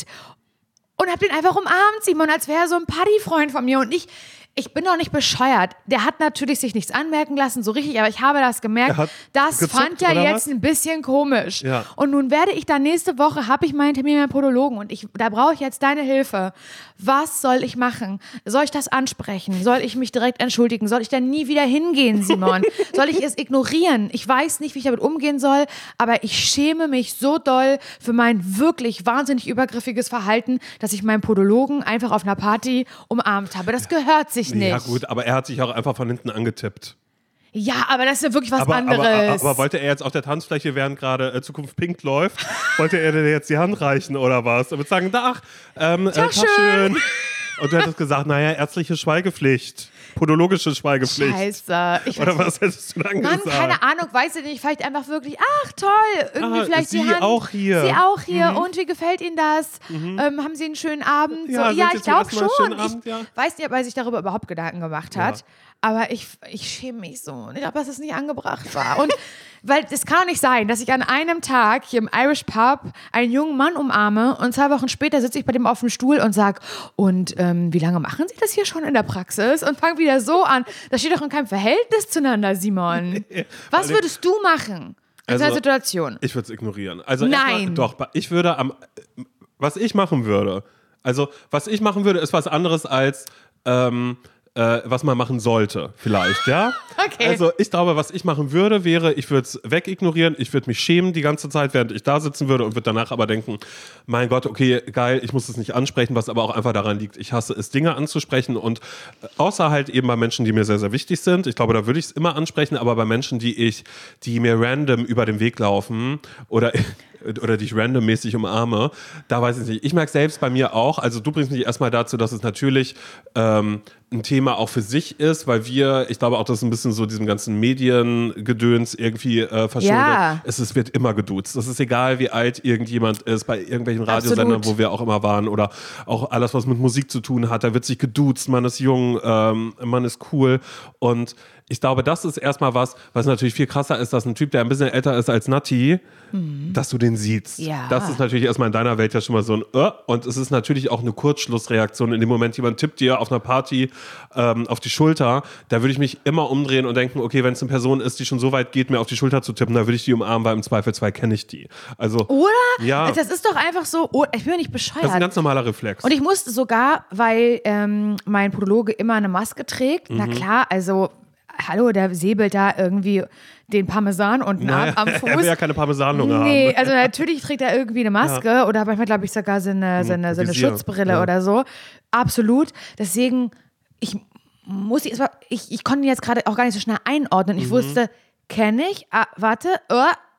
und habe den einfach umarmt, Simon, als wäre er so ein Partyfreund von mir. Und ich, ich bin doch nicht bescheuert. Der hat natürlich sich nichts anmerken lassen, so richtig, aber ich habe das gemerkt. Das gezuckt, fand ja jetzt was? Ein bisschen komisch. Ja. Und nun werde ich dann nächste Woche, habe ich meinen Termin beim Podologen und ich, da brauche ich jetzt deine Hilfe. Was soll ich machen? Soll ich das ansprechen? Soll ich mich direkt entschuldigen? Soll ich dann nie wieder hingehen, Simon? Soll ich es ignorieren? Ich weiß nicht, wie ich damit umgehen soll, aber ich schäme mich so doll für mein wirklich wahnsinnig übergriffiges Verhalten, dass ich meinen Podologen einfach auf einer Party umarmt habe. Das gehört sich nicht. Ja gut, aber er hat sich auch einfach von hinten angetippt. Ja, aber das ist ja wirklich was aber, anderes. Aber, aber, aber wollte er jetzt auf der Tanzfläche, während gerade äh, Zukunft Pink läuft, wollte er dir jetzt die Hand reichen oder was? Und sagen, ach, ähm, äh, Tag schön. Und du hättest gesagt, naja, ärztliche Schweigepflicht. Podologische Schweigepflicht. Scheiße. Ich Oder was hättest du dann Mann, gesagt? Keine Ahnung, weiß ich nicht. Vielleicht einfach wirklich, ach toll, irgendwie ah, vielleicht Sie die Hand. auch hier. Sie auch hier. Mhm. Und wie gefällt Ihnen das? Mhm. Ähm, haben Sie einen schönen Abend? Ja, so, ja ich glaube schon. Abend, ja. Ich weiß nicht, ob er sich darüber überhaupt Gedanken gemacht hat. Ja. Aber ich, ich schäme mich so. Ich glaube, dass es nicht angebracht war. Und weil es kann auch nicht sein, dass ich an einem Tag hier im Irish Pub einen jungen Mann umarme und zwei Wochen später sitze ich bei dem auf dem Stuhl und sage, und ähm, wie lange machen Sie das hier schon in der Praxis? Und fange wieder so an. Das steht doch in keinem Verhältnis zueinander, Simon. Was würdest du machen in also, dieser Situation? Ich würde es ignorieren. Also Nein. Mal, doch, ich würde am, was ich machen würde, also was ich machen würde, ist was anderes als ähm, Äh, was man machen sollte, vielleicht, ja? Okay. Also ich glaube, was ich machen würde, wäre, ich würde es wegignorieren, ich würde mich schämen die ganze Zeit, während ich da sitzen würde und würde danach aber denken, mein Gott, okay, geil, ich muss es nicht ansprechen, was aber auch einfach daran liegt, ich hasse es, Dinge anzusprechen und außer halt eben bei Menschen, die mir sehr, sehr wichtig sind, ich glaube, da würde ich es immer ansprechen, aber bei Menschen, die ich, die mir random über den Weg laufen oder oder die ich randommäßig umarme, da weiß ich nicht. Ich merke selbst bei mir auch, also du bringst mich erstmal dazu, dass es natürlich ähm, ein Thema auch für sich ist, weil wir, ich glaube auch, das ist ein bisschen so diesem ganzen Mediengedöns irgendwie äh, verschuldet. Ja. Es, es wird immer geduzt. Das ist egal, wie alt irgendjemand ist, bei irgendwelchen Radiosendern, Absolut. Wo wir auch immer waren oder auch alles, was mit Musik zu tun hat, da wird sich geduzt, man ist jung, ähm, man ist cool und ich glaube, das ist erstmal was, was natürlich viel krasser ist, dass ein Typ, der ein bisschen älter ist als Natti, mhm. dass du den siehst. Ja. Das ist natürlich erstmal in deiner Welt ja schon mal so ein äh, und es ist natürlich auch eine Kurzschlussreaktion. In dem Moment, jemand tippt dir auf einer Party ähm, auf die Schulter, da würde ich mich immer umdrehen und denken, okay, wenn es eine Person ist, die schon so weit geht, mir auf die Schulter zu tippen, dann würde ich die umarmen, weil im Zweifelsfall kenne ich die. Also, Oder? Ja. Das ist doch einfach so, oh, ich bin ja nicht bescheuert. Das ist ein ganz normaler Reflex. Und ich musste sogar, weil ähm, mein Podologe immer eine Maske trägt, mhm. na klar, also hallo, der säbelt da irgendwie den Parmesan unten naja, ab am Fuß. Er will ja keine Parmesanlunge nee, haben. also natürlich trägt er irgendwie eine Maske ja. oder manchmal glaube ich sogar so eine, so eine, so eine Schutzbrille ja. oder so. Absolut. Deswegen, ich muss ich, ich konnte ihn jetzt gerade auch gar nicht so schnell einordnen. Ich mhm. wusste, kenne ich, ah, warte, oh,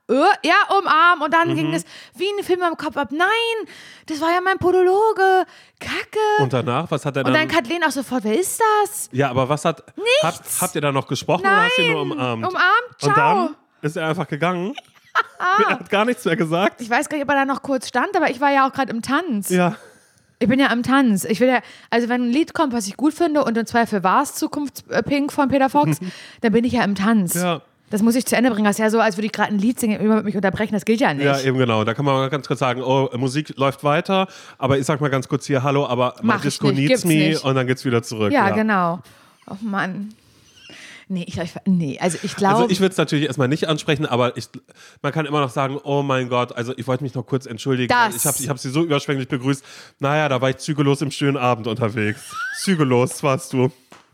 äh, ja, umarmen. Und dann mhm. ging es wie ein Film am Kopf ab. Nein, das war ja mein Podologe. Kacke. Und danach, was hat er dann? Und dann Kathleen auch sofort, wer ist das? Ja, aber was hat, Nichts. Habt, habt ihr da noch gesprochen Nein. oder hast du ihn nur umarmt? Umarmt, ciao. Und dann ist er einfach gegangen. Er hat gar nichts mehr gesagt. Ich weiß gar nicht, ob er da noch kurz stand, aber ich war ja auch gerade im Tanz. Ja. Ich bin ja am Tanz. Ich will ja, also wenn ein Lied kommt, was ich gut finde und im Zweifel war es Zukunftspink von Peter Fox, dann bin ich ja im Tanz. Ja. Das muss ich zu Ende bringen. Das ist ja so, als würde ich gerade ein Lied singen, immer mich unterbrechen. Das gilt ja nicht. Ja, eben genau. Da kann man mal ganz kurz sagen, oh, Musik läuft weiter, aber ich sag mal ganz kurz hier, hallo, aber Mach Disco needs me und dann geht's wieder zurück. Ja, ja. genau. Oh Mann. Nee, ich, ich, nee, also ich glaube... Also ich würde es natürlich erstmal nicht ansprechen, aber ich, man kann immer noch sagen, oh mein Gott, also ich wollte mich noch kurz entschuldigen. Das. Ich habe ich hab sie so überschwänglich begrüßt. Naja, da war ich zügellos im schönen Abend unterwegs. Zügellos warst du.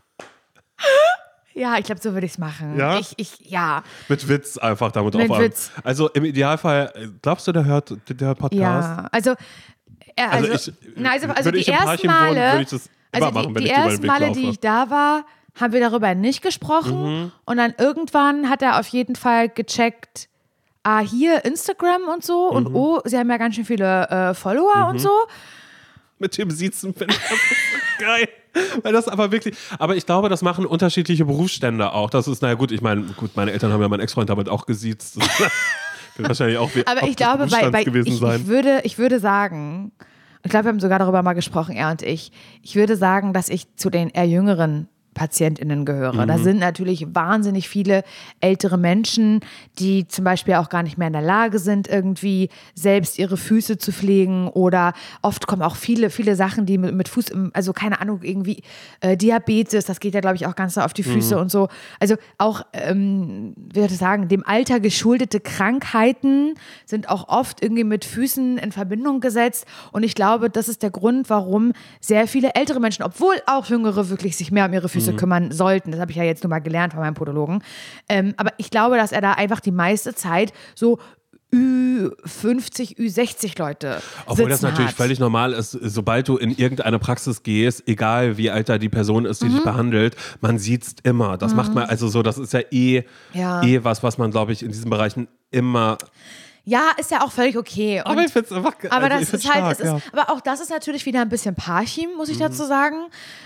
Ja, ich glaube, so würde ich es machen. Ja? Ich, ich, ja. Mit Witz einfach damit Mit auf. Witz. Also im Idealfall, glaubst du, der hört der hört Podcast? Ja, also... Ja, also, Also, ich, na, also, also würde die ich im ersten Parchim Male... wohnen, würde ich das immer Also machen, die, wenn die ich über den ersten Weg Male, laufe. die ich da war, haben wir darüber nicht gesprochen. Mhm. Und dann irgendwann hat er auf jeden Fall gecheckt, ah, hier Instagram und so. Mhm. Und oh, sie haben ja ganz schön viele äh, Follower Mhm. und so. Mit dem Siezen finde ich das so geil. Weil das aber wirklich, aber ich glaube, das machen unterschiedliche Berufsstände auch. Das ist, naja gut, ich meine, gut, meine Eltern haben ja meinen Ex-Freund damit auch gesiezt. Das wird wahrscheinlich auch wie Aber ich glaube, bei, bei, gewesen ich, sein. ich, würde, ich würde sagen, ich glaube, wir haben sogar darüber mal gesprochen, er und ich. Ich würde sagen, dass ich zu den eher jüngeren PatientInnen gehöre. Mhm. Da sind natürlich wahnsinnig viele ältere Menschen, die zum Beispiel auch gar nicht mehr in der Lage sind, irgendwie selbst ihre Füße zu pflegen, oder oft kommen auch viele, viele Sachen, die mit, mit Fuß, also keine Ahnung, irgendwie äh, Diabetes, das geht ja, glaube ich, auch ganz so auf die Füße mhm. und so. Also auch, ähm, wie soll ich das sagen, dem Alter geschuldete Krankheiten sind auch oft irgendwie mit Füßen in Verbindung gesetzt, und ich glaube, das ist der Grund, warum sehr viele ältere Menschen, obwohl auch Jüngere wirklich sich mehr um ihre Füße kümmern sollten. Das habe ich ja jetzt nur mal gelernt von meinem Podologen. Ähm, aber ich glaube, dass er da einfach die meiste Zeit so Ü fünfzig, Ü sechzig Leute Obwohl das natürlich hat. völlig normal ist, sobald du in irgendeine Praxis gehst, egal wie alt da die Person ist, die mhm. dich behandelt, man sieht's immer. Das mhm. macht man, also so, das ist ja eh, ja. eh was, was man, glaube ich, in diesen Bereichen immer... Ja, ist ja auch völlig okay. Und, aber ich finde es einfach aber also das ist halt, stark, es ist, ja. aber auch das ist natürlich wieder ein bisschen Parchim, muss ich mhm. dazu sagen.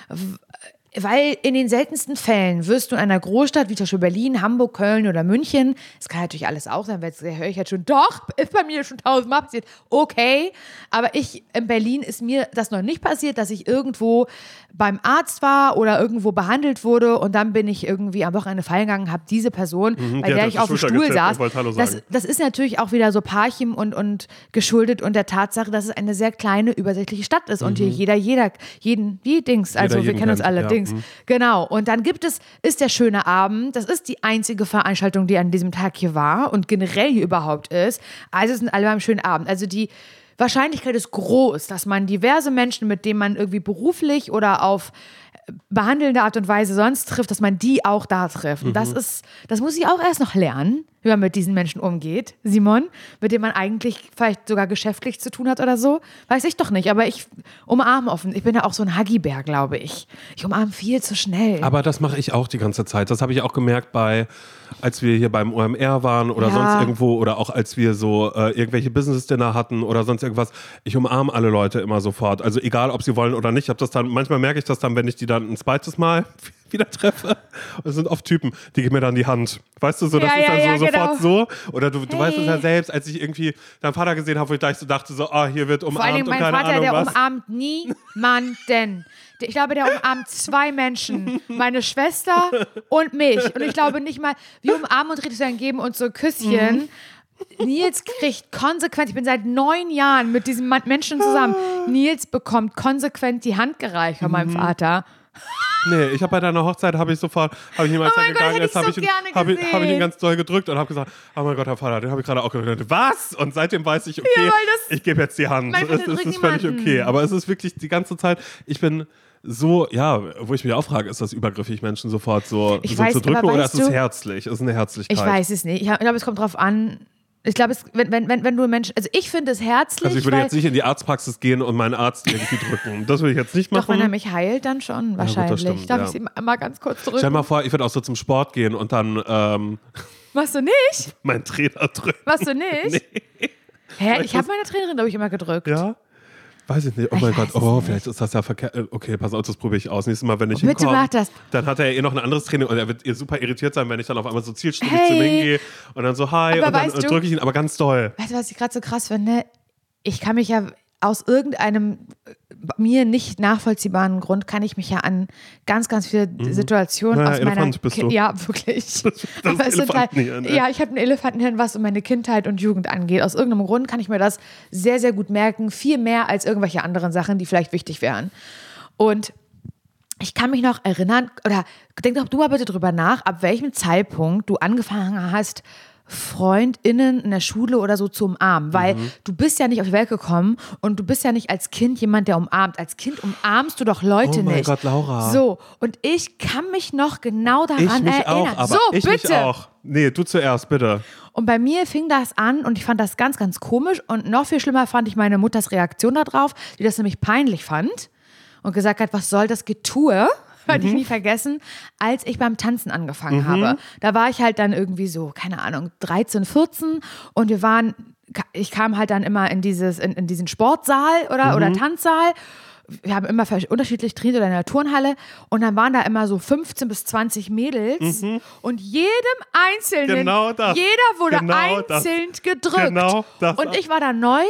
Weil in den seltensten Fällen wirst du in einer Großstadt wie zum Beispiel Berlin, Hamburg, Köln oder München, das kann natürlich alles auch sein, weil jetzt höre ich jetzt schon, doch, ist bei mir schon tausendmal passiert, okay, aber ich, in Berlin ist mir das noch nicht passiert, dass ich irgendwo beim Arzt war oder irgendwo behandelt wurde und dann bin ich irgendwie am Wochenende feiern gegangen, habe diese Person, mhm, bei der ich auf dem Stuhl saß, das, sagen. das ist natürlich auch wieder so Parchim und, und geschuldet und der Tatsache, dass es eine sehr kleine, übersichtliche Stadt ist mhm. und hier jeder, jeder, jeden, wie Dings, also jeder wir kennen uns alle, ja. Dings. Mhm. Genau, und dann gibt es, ist der schöne Abend, das ist die einzige Veranstaltung, die an diesem Tag hier war und generell hier überhaupt ist, also sind alle beim schönen Abend, also die Wahrscheinlichkeit ist groß, dass man diverse Menschen, mit denen man irgendwie beruflich oder auf behandelnde Art und Weise sonst trifft, dass man die auch da trifft. Und das ist, das muss ich auch erst noch lernen, wie man mit diesen Menschen umgeht. Simon, mit dem man eigentlich vielleicht sogar geschäftlich zu tun hat oder so, weiß ich doch nicht. Aber ich umarme offen. Ich bin ja auch so ein Haggibär, glaube ich. Ich umarme viel zu schnell. Aber das mache ich auch die ganze Zeit. Das habe ich auch gemerkt bei, als wir hier beim O M R waren oder ja. sonst irgendwo oder auch als wir so äh, irgendwelche Business-Dinner hatten oder sonst irgendwas. Ich umarme alle Leute immer sofort. Also egal, ob sie wollen oder nicht. Ich habe das dann, manchmal merke ich das dann, wenn ich die dann ein zweites Mal wieder treffe. Es sind oft Typen, die geben mir dann die Hand. Weißt du, so, das ja, ist dann ja, so ja, sofort genau. so. Oder du, du Hey. weißt es ja selbst, als ich irgendwie deinen Vater gesehen habe, wo ich gleich so dachte, so, ah, hier wird umarmt. Vor allem und mein keine Vater, Ahnung der was. umarmt niemanden. Ich glaube, der umarmt zwei Menschen. Meine Schwester und mich. Und ich glaube nicht mal, wir umarmen und Ritualen geben uns so Küsschen. Mhm. Nils kriegt konsequent, ich bin seit neun Jahren mit diesem Menschen zusammen. Nils bekommt konsequent die Hand gereicht von meinem mhm. Vater. Nee, ich habe bei deiner Hochzeit, habe ich sofort, habe ich niemals oh mein gegangen Gott, ist, habe ich, so ihn- gerne hab ich, gesehen. hab ich ihn ganz doll gedrückt und habe gesagt, oh mein Gott, Herr Vater, den habe ich gerade auch gedrückt. Was? Und seitdem weiß ich, okay, Ja, weil das- ich gebe jetzt die Hand. Mein Es Vater ist, drückt es ist völlig niemanden. okay. Aber es ist wirklich die ganze Zeit, ich bin so, ja, wo ich mich auch frage, ist das übergriffig, Menschen sofort so, Ich so weiß, zu drücken aber oder weißt ist es du- herzlich? Es ist eine Herzlichkeit. Ich weiß es nicht. Ich glaube, es kommt drauf an. Ich glaube, es- wenn, wenn, wenn, wenn du Menschen, also ich finde es herzlich. Also ich würde weil, jetzt nicht in die Arztpraxis gehen und meinen Arzt irgendwie drücken. Das würde ich jetzt nicht machen. Doch, wenn er mich heilt, dann schon, wahrscheinlich. stimmt, Darf ja. ich sie mal ganz kurz drücken? Stell dir mal vor, ich würde auch so zum Sport gehen und dann, ähm, Machst du nicht? Mein Trainer drückt. Machst du nicht? Nee. Hä? Ich habe meine Trainerin, glaube ich, immer gedrückt. Ja? Weiß ich nicht. Oh Ich mein Gott, weiß es oh, nicht. vielleicht ist das ja verkehrt. Okay, pass auf, das probiere ich aus. Nächstes Mal, wenn ich Oh, bitte hinkomme, mach das. dann hat er ja eh noch ein anderes Training und er wird ihr super irritiert sein, wenn ich dann auf einmal so zielstrebig Hey. zu ihm hingehe und dann so hi Aber und dann weißt du- drücke ich ihn aber ganz doll. Weißt du, was ich gerade so krass finde? Ich kann mich ja aus irgendeinem äh, mir nicht nachvollziehbaren Grund kann ich mich ja an ganz, ganz viele Situationen Naja, aus meiner Elefant bist du. Ja, wirklich. Das Aber es sind halt, Elefantenhirn, ne? ja, ich habe ein Elefantenhirn, was um meine Kindheit und Jugend angeht. Aus irgendeinem Grund kann ich mir das sehr, sehr gut merken. Viel mehr als irgendwelche anderen Sachen, die vielleicht wichtig wären. Und ich kann mich noch erinnern, oder denk doch du mal bitte drüber nach, ab welchem Zeitpunkt du angefangen hast, FreundInnen in der Schule oder so zu umarmen, weil Mhm. du bist ja nicht auf die Welt gekommen und du bist ja nicht als Kind jemand, der umarmt. Als Kind umarmst du doch Leute Oh mein nicht. Gott, Laura. So, und ich kann mich noch genau daran Ich mich erinnern. auch, aber so, ich bitte. mich auch. Nee, du zuerst, bitte. Und bei mir fing das an und ich fand das ganz, ganz komisch und noch viel schlimmer fand ich meine Mutters Reaktion darauf, die das nämlich peinlich fand und gesagt hat, was soll das Getue? Werde ich nie vergessen, als ich beim Tanzen angefangen habe. Da war ich halt dann irgendwie so, keine Ahnung, dreizehn, vierzehn und wir waren, ich kam halt dann immer in, dieses, in, in diesen Sportsaal oder, oder Tanzsaal. Wir haben immer unterschiedlich trainiert oder in der Turnhalle und dann waren da immer so fünfzehn bis zwanzig Mädels und jedem Einzelnen, Genau das. jeder wurde Genau das. einzeln gedrückt. Genau das. Und ich war da neu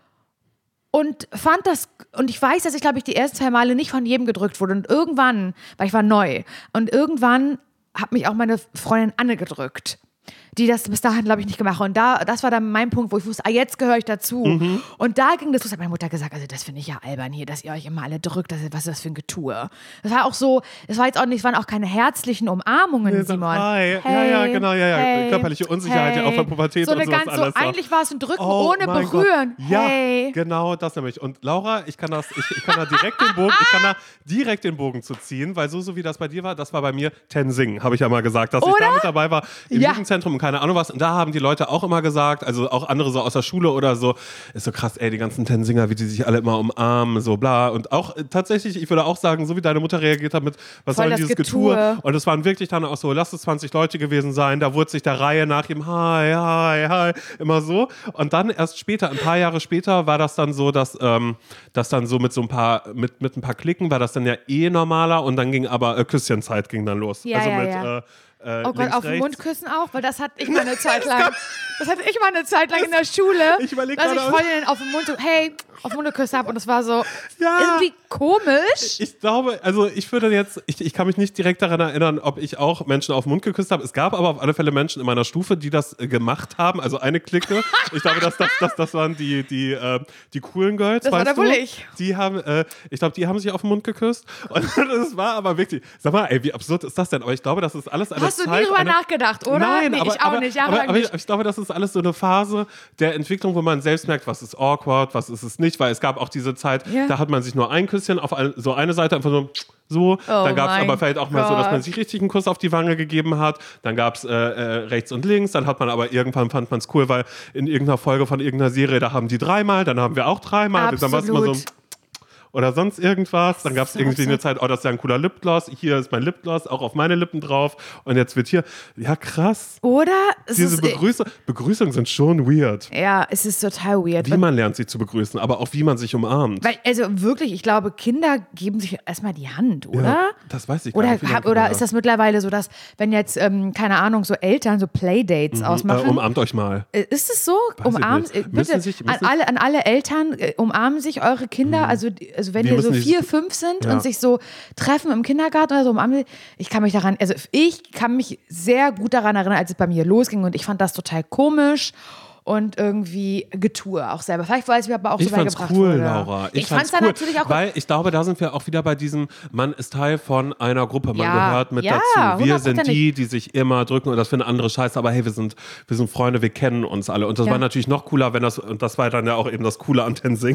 und fand das, und ich weiß, dass ich, glaube ich, die ersten zwei Male nicht von jedem gedrückt wurde. Und irgendwann, weil ich war neu, und irgendwann hat mich auch meine Freundin Anne gedrückt, die das bis dahin, glaube ich, nicht gemacht hat. Und da, das war dann mein Punkt, wo ich wusste, ah, jetzt gehöre ich dazu. Mhm. Und da ging das los, hat meine Mutter gesagt, also das finde ich ja albern hier, dass ihr euch immer alle drückt, das, was ist das für ein Getue? Das war auch so, das war jetzt auch nicht, es waren auch keine herzlichen Umarmungen, Nee, so, Simon. hi. Ja, ja, genau, ja, ja. Körperliche Unsicherheit, ja, auch von Pubertät so und eine sowas ganz, so, alles auch. eigentlich war es ein Drücken Oh ohne mein Berühren. Gott. Ja, Hey. genau das nämlich. Und Laura, ich kann das, ich, ich kann da direkt den Bogen, ich kann da direkt den Bogen zu ziehen, weil so, so wie das bei dir war, das war bei mir Tenzing, habe ich ja mal gesagt, dass ich Oder? da mit dabei war im Ja. Jugendzentrum und keine Ahnung was. Und da haben die Leute auch immer gesagt, also auch andere so aus der Schule oder so, ist so krass, ey, die ganzen Tensinger, wie die sich alle immer umarmen, so bla. Und auch äh, tatsächlich, ich würde auch sagen, so wie deine Mutter reagiert hat mit, was Voll soll denn das dieses Getue. Getue? Und es waren wirklich dann auch so, lass es zwanzig Leute gewesen sein, da wurde sich der Reihe nach ihm, hi, hi, hi, immer so. Und dann erst später, ein paar Jahre später, war das dann so, dass, ähm, dass dann so mit so ein paar, mit, mit ein paar Klicken war das dann ja eh normaler und dann ging aber äh, Küsschenzeit ging dann los. Ja, also ja, mit, ja. Äh, äh, Oh Gott, links, auf den rechts. Mund küssen auch, weil das hatte ich mal eine Zeit lang. Das hatte ich mal eine Zeit lang in der Schule, Ich überleg dass ich gerade- Freundinnen auf den Mund so, hey, auf den Mund geküsst habe und das war so Ja. irgendwie komisch. Ich glaube, also ich würde jetzt, ich, ich kann mich nicht direkt daran erinnern, ob ich auch Menschen auf den Mund geküsst habe. Es gab aber auf alle Fälle Menschen in meiner Stufe, die das äh, gemacht haben. Also eine Clique. Ich glaube, das, das, das, das waren die, die, äh, die coolen Girls. Das war weißt da wohl du? ich. Die haben, äh, ich glaube, die haben sich auf den Mund geküsst. Und das war aber wirklich, sag mal, ey, wie absurd ist das denn? Aber ich glaube, das ist alles eine Hast du nie Zeit, drüber eine, nachgedacht, oder? Nein, nee, aber, ich auch aber, nicht, aber, jahrelang aber nicht. ich glaube, das ist alles so eine Phase der Entwicklung, wo man selbst merkt, was ist awkward, was ist es nicht, weil es gab auch diese Zeit, Ja. da hat man sich nur ein Küsschen auf ein, so eine Seite einfach so, so. dann gab es mein aber vielleicht auch mal so, dass man Gott. sich richtig einen Kuss auf die Wange gegeben hat, dann gab es äh, äh, rechts und links, dann hat man aber irgendwann fand man es cool, weil in irgendeiner Folge von irgendeiner Serie, da haben die dreimal, dann haben wir auch dreimal, dann war es immer so Absolut. oder sonst irgendwas. Dann gab es So irgendwie eine absurd. Zeit, oh, das ist ja ein cooler Lipgloss. Hier ist mein Lipgloss, auch auf meine Lippen drauf. Und jetzt wird hier, ja krass. Oder? Es Diese ist, Begrüßung, Begrüßungen sind schon weird. ja, es ist total weird. Wie Und- man lernt, sich zu begrüßen, aber auch wie man sich umarmt. weil, also wirklich, ich glaube, Kinder geben sich erstmal die Hand, oder? Ja, das weiß ich gar Oder, nicht. wie hab, lange- oder ist das mittlerweile so, dass, wenn jetzt, ähm, keine Ahnung, so Eltern so Playdates äh, ausmachen? umarmt euch mal. Äh, Ist es so? Weiß Umarmen, ich äh, nicht. bitte, Müssen sich- an, müssen- alle, an alle Eltern, äh, umarmen sich eure Kinder, also, die- also wenn Wir ihr so müssen die- vier, fünf sind Ja. und sich so treffen im Kindergarten oder so umarmen, ich kann mich daran, also ich kann mich sehr gut daran erinnern, als es bei mir losging und ich fand das total komisch und irgendwie Getue auch selber. Vielleicht, weil es mir aber auch Ich so fand's beigebracht cool, wurde. Laura. Ich, Ich, fand's fand's dann cool, natürlich auch weil ich glaube, da sind wir auch wieder bei diesem, man ist Teil von einer Gruppe, man Ja. gehört mit Ja, dazu. Wir sind hundertprozentig. die, die sich immer drücken und das finden andere scheiße, aber hey, wir sind, wir sind Freunde, wir kennen uns alle. Und das Ja. war natürlich noch cooler, wenn das, und das war dann ja auch eben das Coole an Tenzing.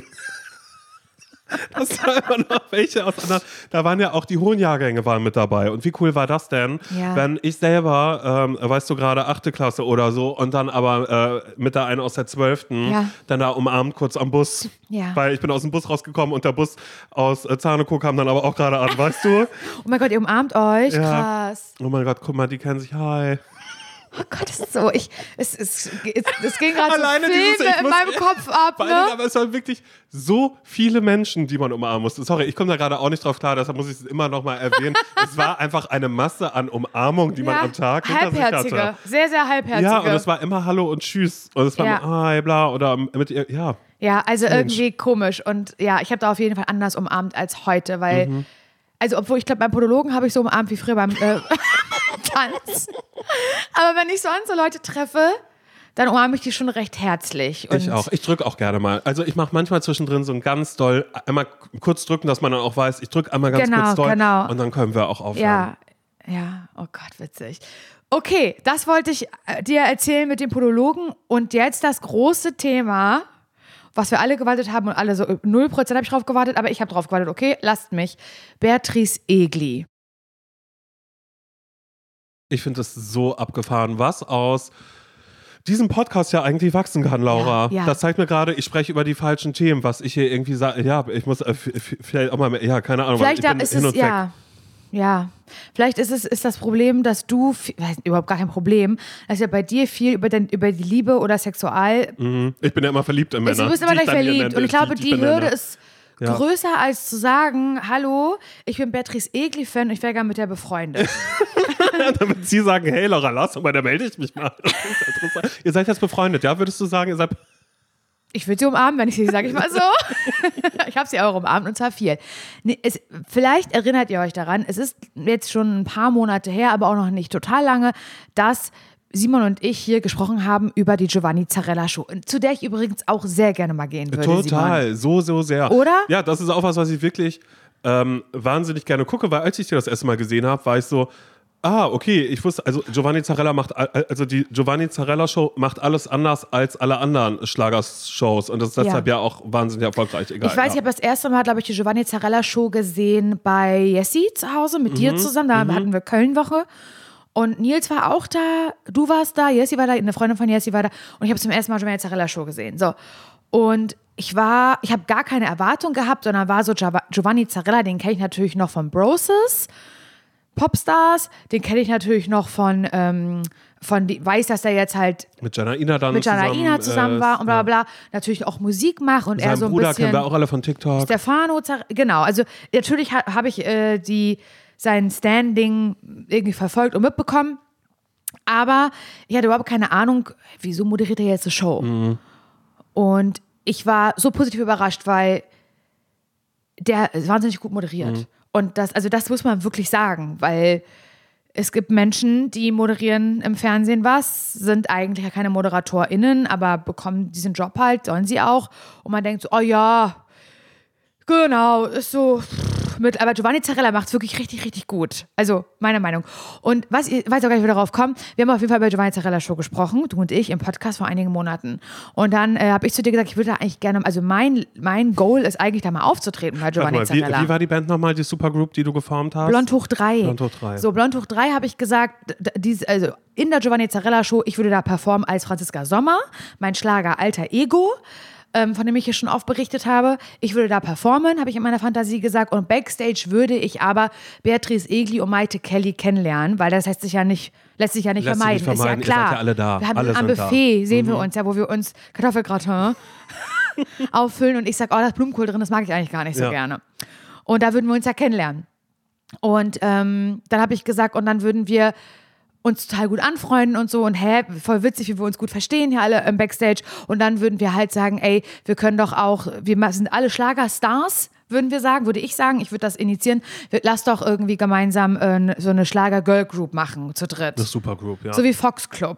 Das war immer noch welche aus anderen. Da waren ja auch die hohen Jahrgänge waren mit dabei. Und wie cool war das denn, Ja. wenn ich selber, ähm, weißt du, gerade achte Klasse oder so und dann aber äh, mit der einen aus der zwölften Ja. dann da umarmt kurz am Bus. Ja. Weil ich bin aus dem Bus rausgekommen und der Bus aus äh, Zahneko kam dann aber auch gerade an, weißt du? Oh mein Gott, ihr umarmt euch, Ja. krass. Oh mein Gott, guck mal, die kennen sich, hi. Oh Gott, das ist so, ich, es, es, es, es ging gerade so Alleine Filme dieses- ich in muss- meinem Kopf ab, Vor allen Dingen, ne? aber es waren wirklich so viele Menschen, die man umarmen musste. Sorry, ich komme da gerade auch nicht drauf klar, deshalb muss ich es immer noch mal erwähnen. Es war einfach eine Masse an Umarmungen, die man am Tag hinter sich halbherzige, hatte. sehr, sehr halbherzige. Ja, und es war immer Hallo und Tschüss. Und es war Ja. immer Hi, bla, oder mit ihr, ja. Ja, also Strange. irgendwie komisch. Und ja, ich habe da auf jeden Fall anders umarmt als heute, weil, Mhm. also obwohl ich glaube, beim Podologen habe ich so umarmt wie früher beim äh, Tanz. Aber wenn ich sonst so Leute treffe, dann umarme ich die schon recht herzlich. Und Ich auch. Ich drücke auch gerne mal. Also ich mache manchmal zwischendrin so ein ganz doll, einmal kurz drücken, dass man dann auch weiß, ich drücke einmal ganz Genau, kurz doll genau. und dann können wir auch aufhören. Ja, ja, oh Gott, witzig. Okay, das wollte ich äh, dir erzählen mit dem Podologen. Und jetzt das große Thema, was wir alle gewartet haben und alle so, null Prozent habe ich drauf gewartet, aber ich habe drauf gewartet. Okay, lasst mich. Beatrice Egli. Ich finde das so abgefahren, was aus diesem Podcast ja eigentlich wachsen kann, Laura. Ja, ja. Das zeigt mir gerade, ich spreche über die falschen Themen, was ich hier irgendwie sage. Ja, ich muss äh, f- f- vielleicht auch mal mehr, ja, keine Ahnung. Vielleicht ich bin da ist hin es, und weg. ja, ja. Vielleicht ist es ist das Problem, dass du, viel- weiß, überhaupt gar kein Problem, dass ja bei dir viel über, den, über die Liebe oder Sexual. Mhm. Ich bin ja immer verliebt in Männer. Du bist immer die ich gleich dann hier verliebt. nenne, Und ich glaube, die, benenne. Hürde ist Ja. größer, als zu sagen, hallo, ich bin Beatrice Egli-Fan und ich wäre gerne mit der befreundet. Damit sie sagen, hey Laura, lass mal, da melde ich mich mal. Das ist interessant. Ihr seid jetzt befreundet, ja? Würdest du sagen, ihr seid... Ich würde sie umarmen, wenn ich sie, sage ich mal so. Ich habe sie auch umarmt und zwar viel. Nee, es, vielleicht erinnert ihr euch daran, es ist jetzt schon ein paar Monate her, aber auch noch nicht total lange, dass Simon und ich hier gesprochen haben über die Giovanni Zarella Show, zu der ich übrigens auch sehr gerne mal gehen würde. Total, Simon. so, so sehr. Oder? Ja, das ist auch was, was ich wirklich ähm, wahnsinnig gerne gucke, weil als ich dir das erste Mal gesehen habe, war ich so, ah, okay, ich wusste, also Giovanni Zarella macht, also die Giovanni Zarella Show macht alles anders als alle anderen Schlagershows und das ist deshalb ja, ja auch wahnsinnig erfolgreich. Egal, Ich weiß, ja. ich habe das erste Mal, glaube ich, die Giovanni Zarella Show gesehen bei Jessie zu Hause mit Mhm. dir zusammen. Da hatten wir Kölnwoche. Und Nils war auch da, du warst da, Jessie war da, eine Freundin von Jessie war da. Und ich habe zum ersten Mal Giovanni Zarella Show gesehen. So. Und ich war, ich habe gar keine Erwartung gehabt, sondern war so Giovanni Zarella, den kenne ich natürlich noch von Broses, Popstars, den kenne ich natürlich noch von, ähm, von die, weiß, dass er jetzt halt mit Janaina dann mit Janaina zusammen, äh, war und bla ja. bla bla. Natürlich auch Musik macht und Sein er so ein Bruder bisschen. kennen wir auch alle von TikTok. Stefano, Zar genau, also natürlich ha habe ich äh, die, sein Standing irgendwie verfolgt und mitbekommen, aber ich hatte überhaupt keine Ahnung, wieso moderiert er jetzt eine Show? Mhm. Und ich war so positiv überrascht, weil der ist wahnsinnig gut moderiert. Mhm. Und das, also das muss man wirklich sagen, weil es gibt Menschen, die moderieren im Fernsehen was, sind eigentlich ja keine ModeratorInnen, aber bekommen diesen Job halt, sollen sie auch. Und man denkt so, oh ja, genau, ist so mit, aber Giovanni Zarella macht es wirklich richtig, richtig gut. Also, meine Meinung. Und was, ich weiß auch gar nicht, wie wir darauf kommen, wir haben auf jeden Fall bei Giovanni Zarella Show gesprochen, du und ich, im Podcast vor einigen Monaten. Und dann äh, habe ich zu dir gesagt, ich würde da eigentlich gerne, also mein, mein Goal ist eigentlich, da mal aufzutreten bei Giovanni Warte mal, Zarella. wie, wie war die Band nochmal, die Supergroup, die du geformt hast? Blond hoch drei. Blond hoch drei. So, Blond hoch drei habe ich gesagt, d- dies, also in der Giovanni Zarella Show, ich würde da performen als Franziska Sommer, mein Schlager Alter Ego, ähm, von dem ich hier schon oft berichtet habe. Ich würde da performen, habe ich in meiner Fantasie gesagt. Und Backstage würde ich aber Beatrice Egli und Maite Kelly kennenlernen, weil das lässt sich ja nicht, lässt sich ja nicht Lässt sich vermeiden. nicht vermeiden. Ist ja Ihr seid klar. ja alle da. Wir haben Alle am sind da. Buffet, sehen wir uns ja, wo wir uns Kartoffelgratin auffüllen. Und ich sage, oh, da ist Blumenkohl drin, das mag ich eigentlich gar nicht so Ja. gerne. Und da würden wir uns ja kennenlernen. Und ähm, dann habe ich gesagt, und dann würden wir uns total gut anfreunden und so und hä, voll witzig, wie wir uns gut verstehen hier alle im Backstage. Und dann würden wir halt sagen, ey, wir können doch auch, wir sind alle Schlagerstars, würden wir sagen, würde ich sagen, ich würde das initiieren. Wir, lass doch irgendwie gemeinsam äh, so eine Schlager-Girl-Group machen, zu dritt. Das Supergroup, ja. So wie Fox Club.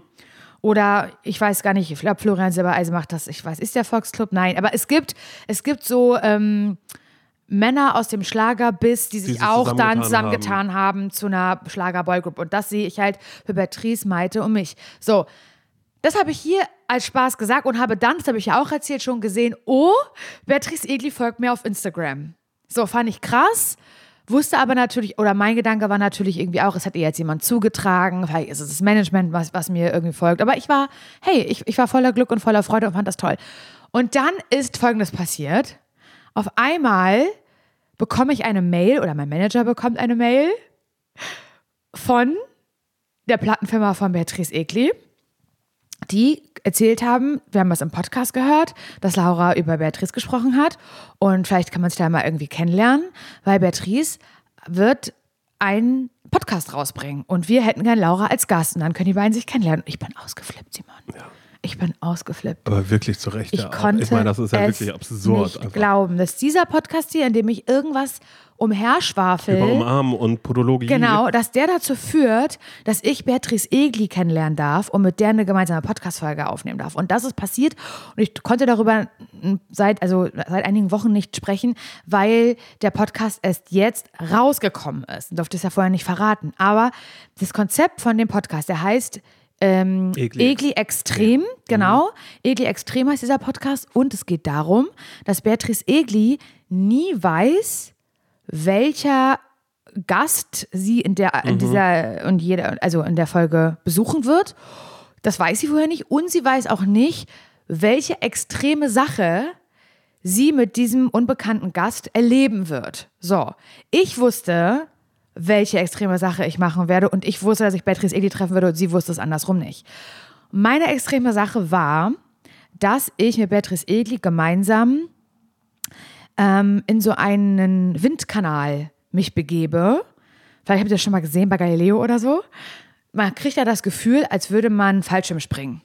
Oder ich weiß gar nicht, ich glaube, Florian Silbereisen macht das, ich weiß, ist der Fox Club? Nein, aber es gibt, es gibt so ähm, Männer aus dem Schlagerbiss, die sich sich auch dann zusammengetan zusammengetan haben. zu einer Schlager-Boygroup. Und das sehe ich halt für Beatrice, Maite und mich. So, das habe ich hier als Spaß gesagt und habe dann, das habe ich ja auch erzählt, schon gesehen, oh, Beatrice Egli folgt mir auf Instagram. So, fand ich krass. Wusste aber natürlich, oder mein Gedanke war natürlich irgendwie auch, es hat ihr jetzt jemand zugetragen, vielleicht ist es das Management, was, was mir irgendwie folgt. Aber ich war, hey, ich, ich war voller Glück und voller Freude und fand das toll. Und dann ist Folgendes passiert. Auf einmal bekomme ich eine Mail, oder mein Manager bekommt eine Mail von der Plattenfirma von Beatrice Egli, die erzählt haben, wir haben das im Podcast gehört, dass Laura über Beatrice gesprochen hat und vielleicht kann man sich da mal irgendwie kennenlernen, weil Beatrice wird einen Podcast rausbringen und wir hätten gern Laura als Gast und dann können die beiden sich kennenlernen. Ich bin ausgeflippt, Simon. Ja. Ich bin ausgeflippt. Aber wirklich zu Recht. Ich ja. konnte ich meine, das ist ja es wirklich absurd. nicht einfach. glauben, dass dieser Podcast hier, in dem ich irgendwas umherschwafel, Über Umarmen und Podologie. genau, dass der dazu führt, dass ich Beatrice Egli kennenlernen darf und mit der eine gemeinsame Podcast-Folge aufnehmen darf. Und das ist passiert und ich konnte darüber seit, also seit einigen Wochen nicht sprechen, weil der Podcast erst jetzt rausgekommen ist. Ich durfte es ja vorher nicht verraten. Aber das Konzept von dem Podcast, der heißt ähm, Egli. Egli Extrem, genau. Mhm. Egli Extrem heißt dieser Podcast und es geht darum, dass Beatrice Egli nie weiß, welcher Gast sie in der in dieser und jeder also in der Folge besuchen wird. Das weiß sie vorher nicht und sie weiß auch nicht, welche extreme Sache sie mit diesem unbekannten Gast erleben wird. So, ich wusste, welche extreme Sache ich machen werde und ich wusste, dass ich Beatrice Egli treffen würde und sie wusste es andersrum nicht. Meine extreme Sache war, dass ich mit Beatrice Egli gemeinsam ähm, in so einen Windkanal mich begebe. Vielleicht habt ihr das schon mal gesehen bei Galileo oder so. Man kriegt ja das Gefühl, als würde man Fallschirm springen.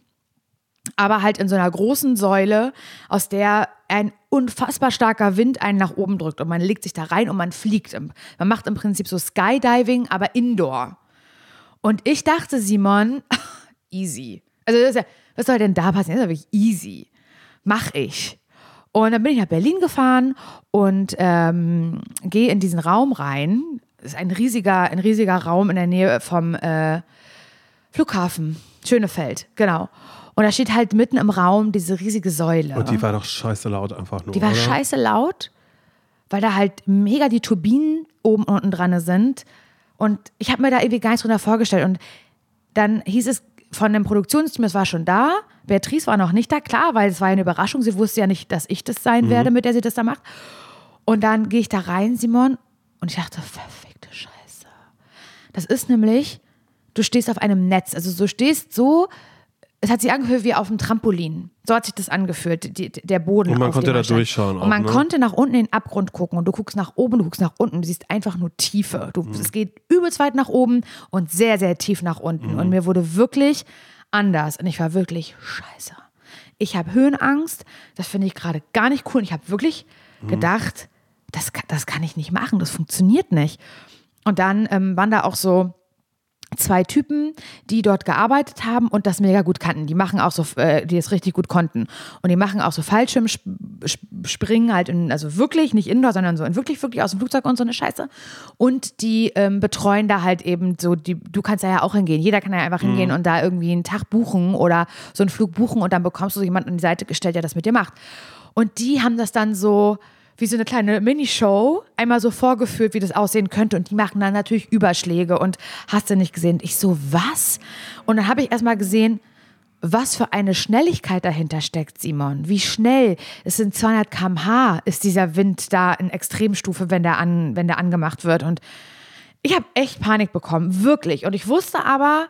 Aber halt in so einer großen Säule, aus der ein unfassbar starker Wind einen nach oben drückt und man legt sich da rein und man fliegt. Man macht im Prinzip so Skydiving, aber indoor. Und ich dachte, Simon, easy. Also das ist ja, was soll denn da passieren? Das ist ja wirklich easy. Mach ich. Und dann bin ich nach Berlin gefahren und ähm, gehe in diesen Raum rein. Das ist ein riesiger, ein riesiger Raum in der Nähe vom äh, Flughafen Schönefeld, genau. Und da steht halt mitten im Raum diese riesige Säule. Und die war doch scheiße laut einfach nur, Die war oder? scheiße laut, weil da halt mega die Turbinen oben und unten dran sind. Und ich habe mir da irgendwie gar nichts drunter vorgestellt. Und dann hieß es von dem Produktionsteam, es war schon da. Beatrice war noch nicht da, klar, weil es war eine Überraschung. Sie wusste ja nicht, dass ich das sein mhm. werde, mit der sie das da macht. Und dann gehe ich da rein, Simon, und ich dachte, verfickte Scheiße. Das ist nämlich, du stehst auf einem Netz. Also du stehst so, es hat sich angefühlt wie auf einem Trampolin. So hat sich das angefühlt, die, der Boden. Und man auf konnte da stand. durchschauen. Und man auch, ne? konnte nach unten in den Abgrund gucken und du guckst nach oben, du guckst nach unten, du siehst einfach nur Tiefe. Du, mhm. Es geht übelst weit nach oben und sehr, sehr tief nach unten. Mhm. Und mir wurde wirklich anders und ich war wirklich scheiße. Ich habe Höhenangst, das finde ich gerade gar nicht cool. Und ich habe wirklich mhm. gedacht, das, das kann ich nicht machen, das funktioniert nicht. Und dann ähm, waren da auch so zwei Typen, die dort gearbeitet haben und das mega gut kannten. Die machen auch so, äh, die es richtig gut konnten. Und die machen auch so Fallschirmspringen halt in, also wirklich, nicht indoor, sondern so in wirklich, wirklich aus dem Flugzeug und so eine Scheiße. Und die ähm, betreuen da halt eben so, die, du kannst da ja auch hingehen. Jeder kann da ja einfach mhm. hingehen und da irgendwie einen Tag buchen oder so einen Flug buchen und dann bekommst du so jemanden an die Seite gestellt, der das mit dir macht. Und die haben das dann so wie so eine kleine Minishow einmal so vorgeführt, wie das aussehen könnte. Und die machen dann natürlich Überschläge und hast du nicht gesehen. Ich so, was? Und dann habe ich erstmal gesehen, was für eine Schnelligkeit dahinter steckt, Simon. Wie schnell. Es sind zweihundert Kilometer pro Stunde ist dieser Wind da in Extremstufe, wenn der, an, wenn der angemacht wird. Und ich habe echt Panik bekommen, wirklich. Und ich wusste aber,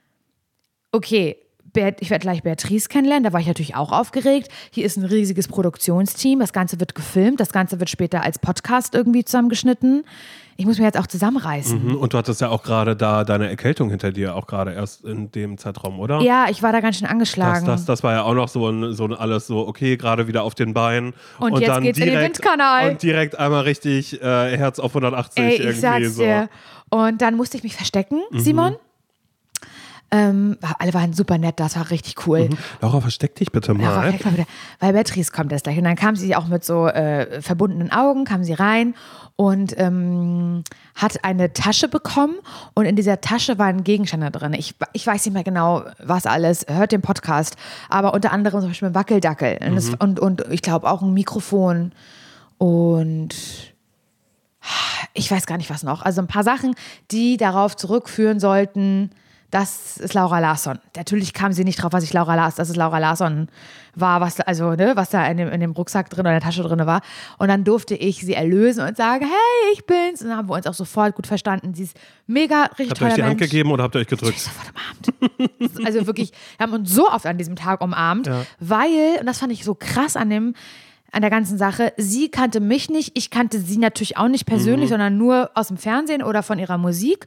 okay, ich werde gleich Beatrice kennenlernen, da war ich natürlich auch aufgeregt. Hier ist ein riesiges Produktionsteam, das Ganze wird gefilmt, das Ganze wird später als Podcast irgendwie zusammengeschnitten. Ich muss mich jetzt auch zusammenreißen. Mhm. Und du hattest ja auch gerade da deine Erkältung hinter dir, auch gerade erst in dem Zeitraum, oder? Ja, ich war da ganz schön angeschlagen. Das, das, das war ja auch noch so ein, so ein alles so, okay, gerade wieder auf den Beinen. Und, und jetzt dann geht's direkt, in den Windkanal. Und direkt einmal richtig äh, Herz auf hundertachtzig Ey, ich irgendwie sag's so. dir. Und dann musste ich mich verstecken, Mhm. Simon. Ähm, alle waren super nett, das war richtig cool. Mhm. Laura, versteck dich bitte mal. Laura, versteck mal bitte, weil Beatrice kommt erst gleich. Und dann kam sie auch mit so äh, verbundenen Augen, kam sie rein und ähm, hat eine Tasche bekommen und in dieser Tasche waren Gegenstände drin. Ich, ich weiß nicht mehr genau, was alles, hört den Podcast, aber unter anderem zum Beispiel ein Wackeldackel mhm. und, das, und, und ich glaube auch ein Mikrofon und ich weiß gar nicht was noch. Also ein paar Sachen, die darauf zurückführen sollten, das ist Laura Larsson. Natürlich kam sie nicht drauf, was ich Laura Larsson, dass es Laura Larsson war, was, also, ne, was da in dem, in dem Rucksack drin oder in der Tasche drin war. Und dann durfte ich sie erlösen und sagen, hey, ich bin's. Und dann haben wir uns auch sofort gut verstanden. Sie ist mega, richtig Habt toller ihr euch die Hand Mensch. gegeben oder habt ihr euch gedrückt? Sofort umarmt. Also wirklich, wir haben uns so oft an diesem Tag umarmt, Ja. weil, und das fand ich so krass an dem, an der ganzen Sache, sie kannte mich nicht, ich kannte sie natürlich auch nicht persönlich, Mhm. sondern nur aus dem Fernsehen oder von ihrer Musik.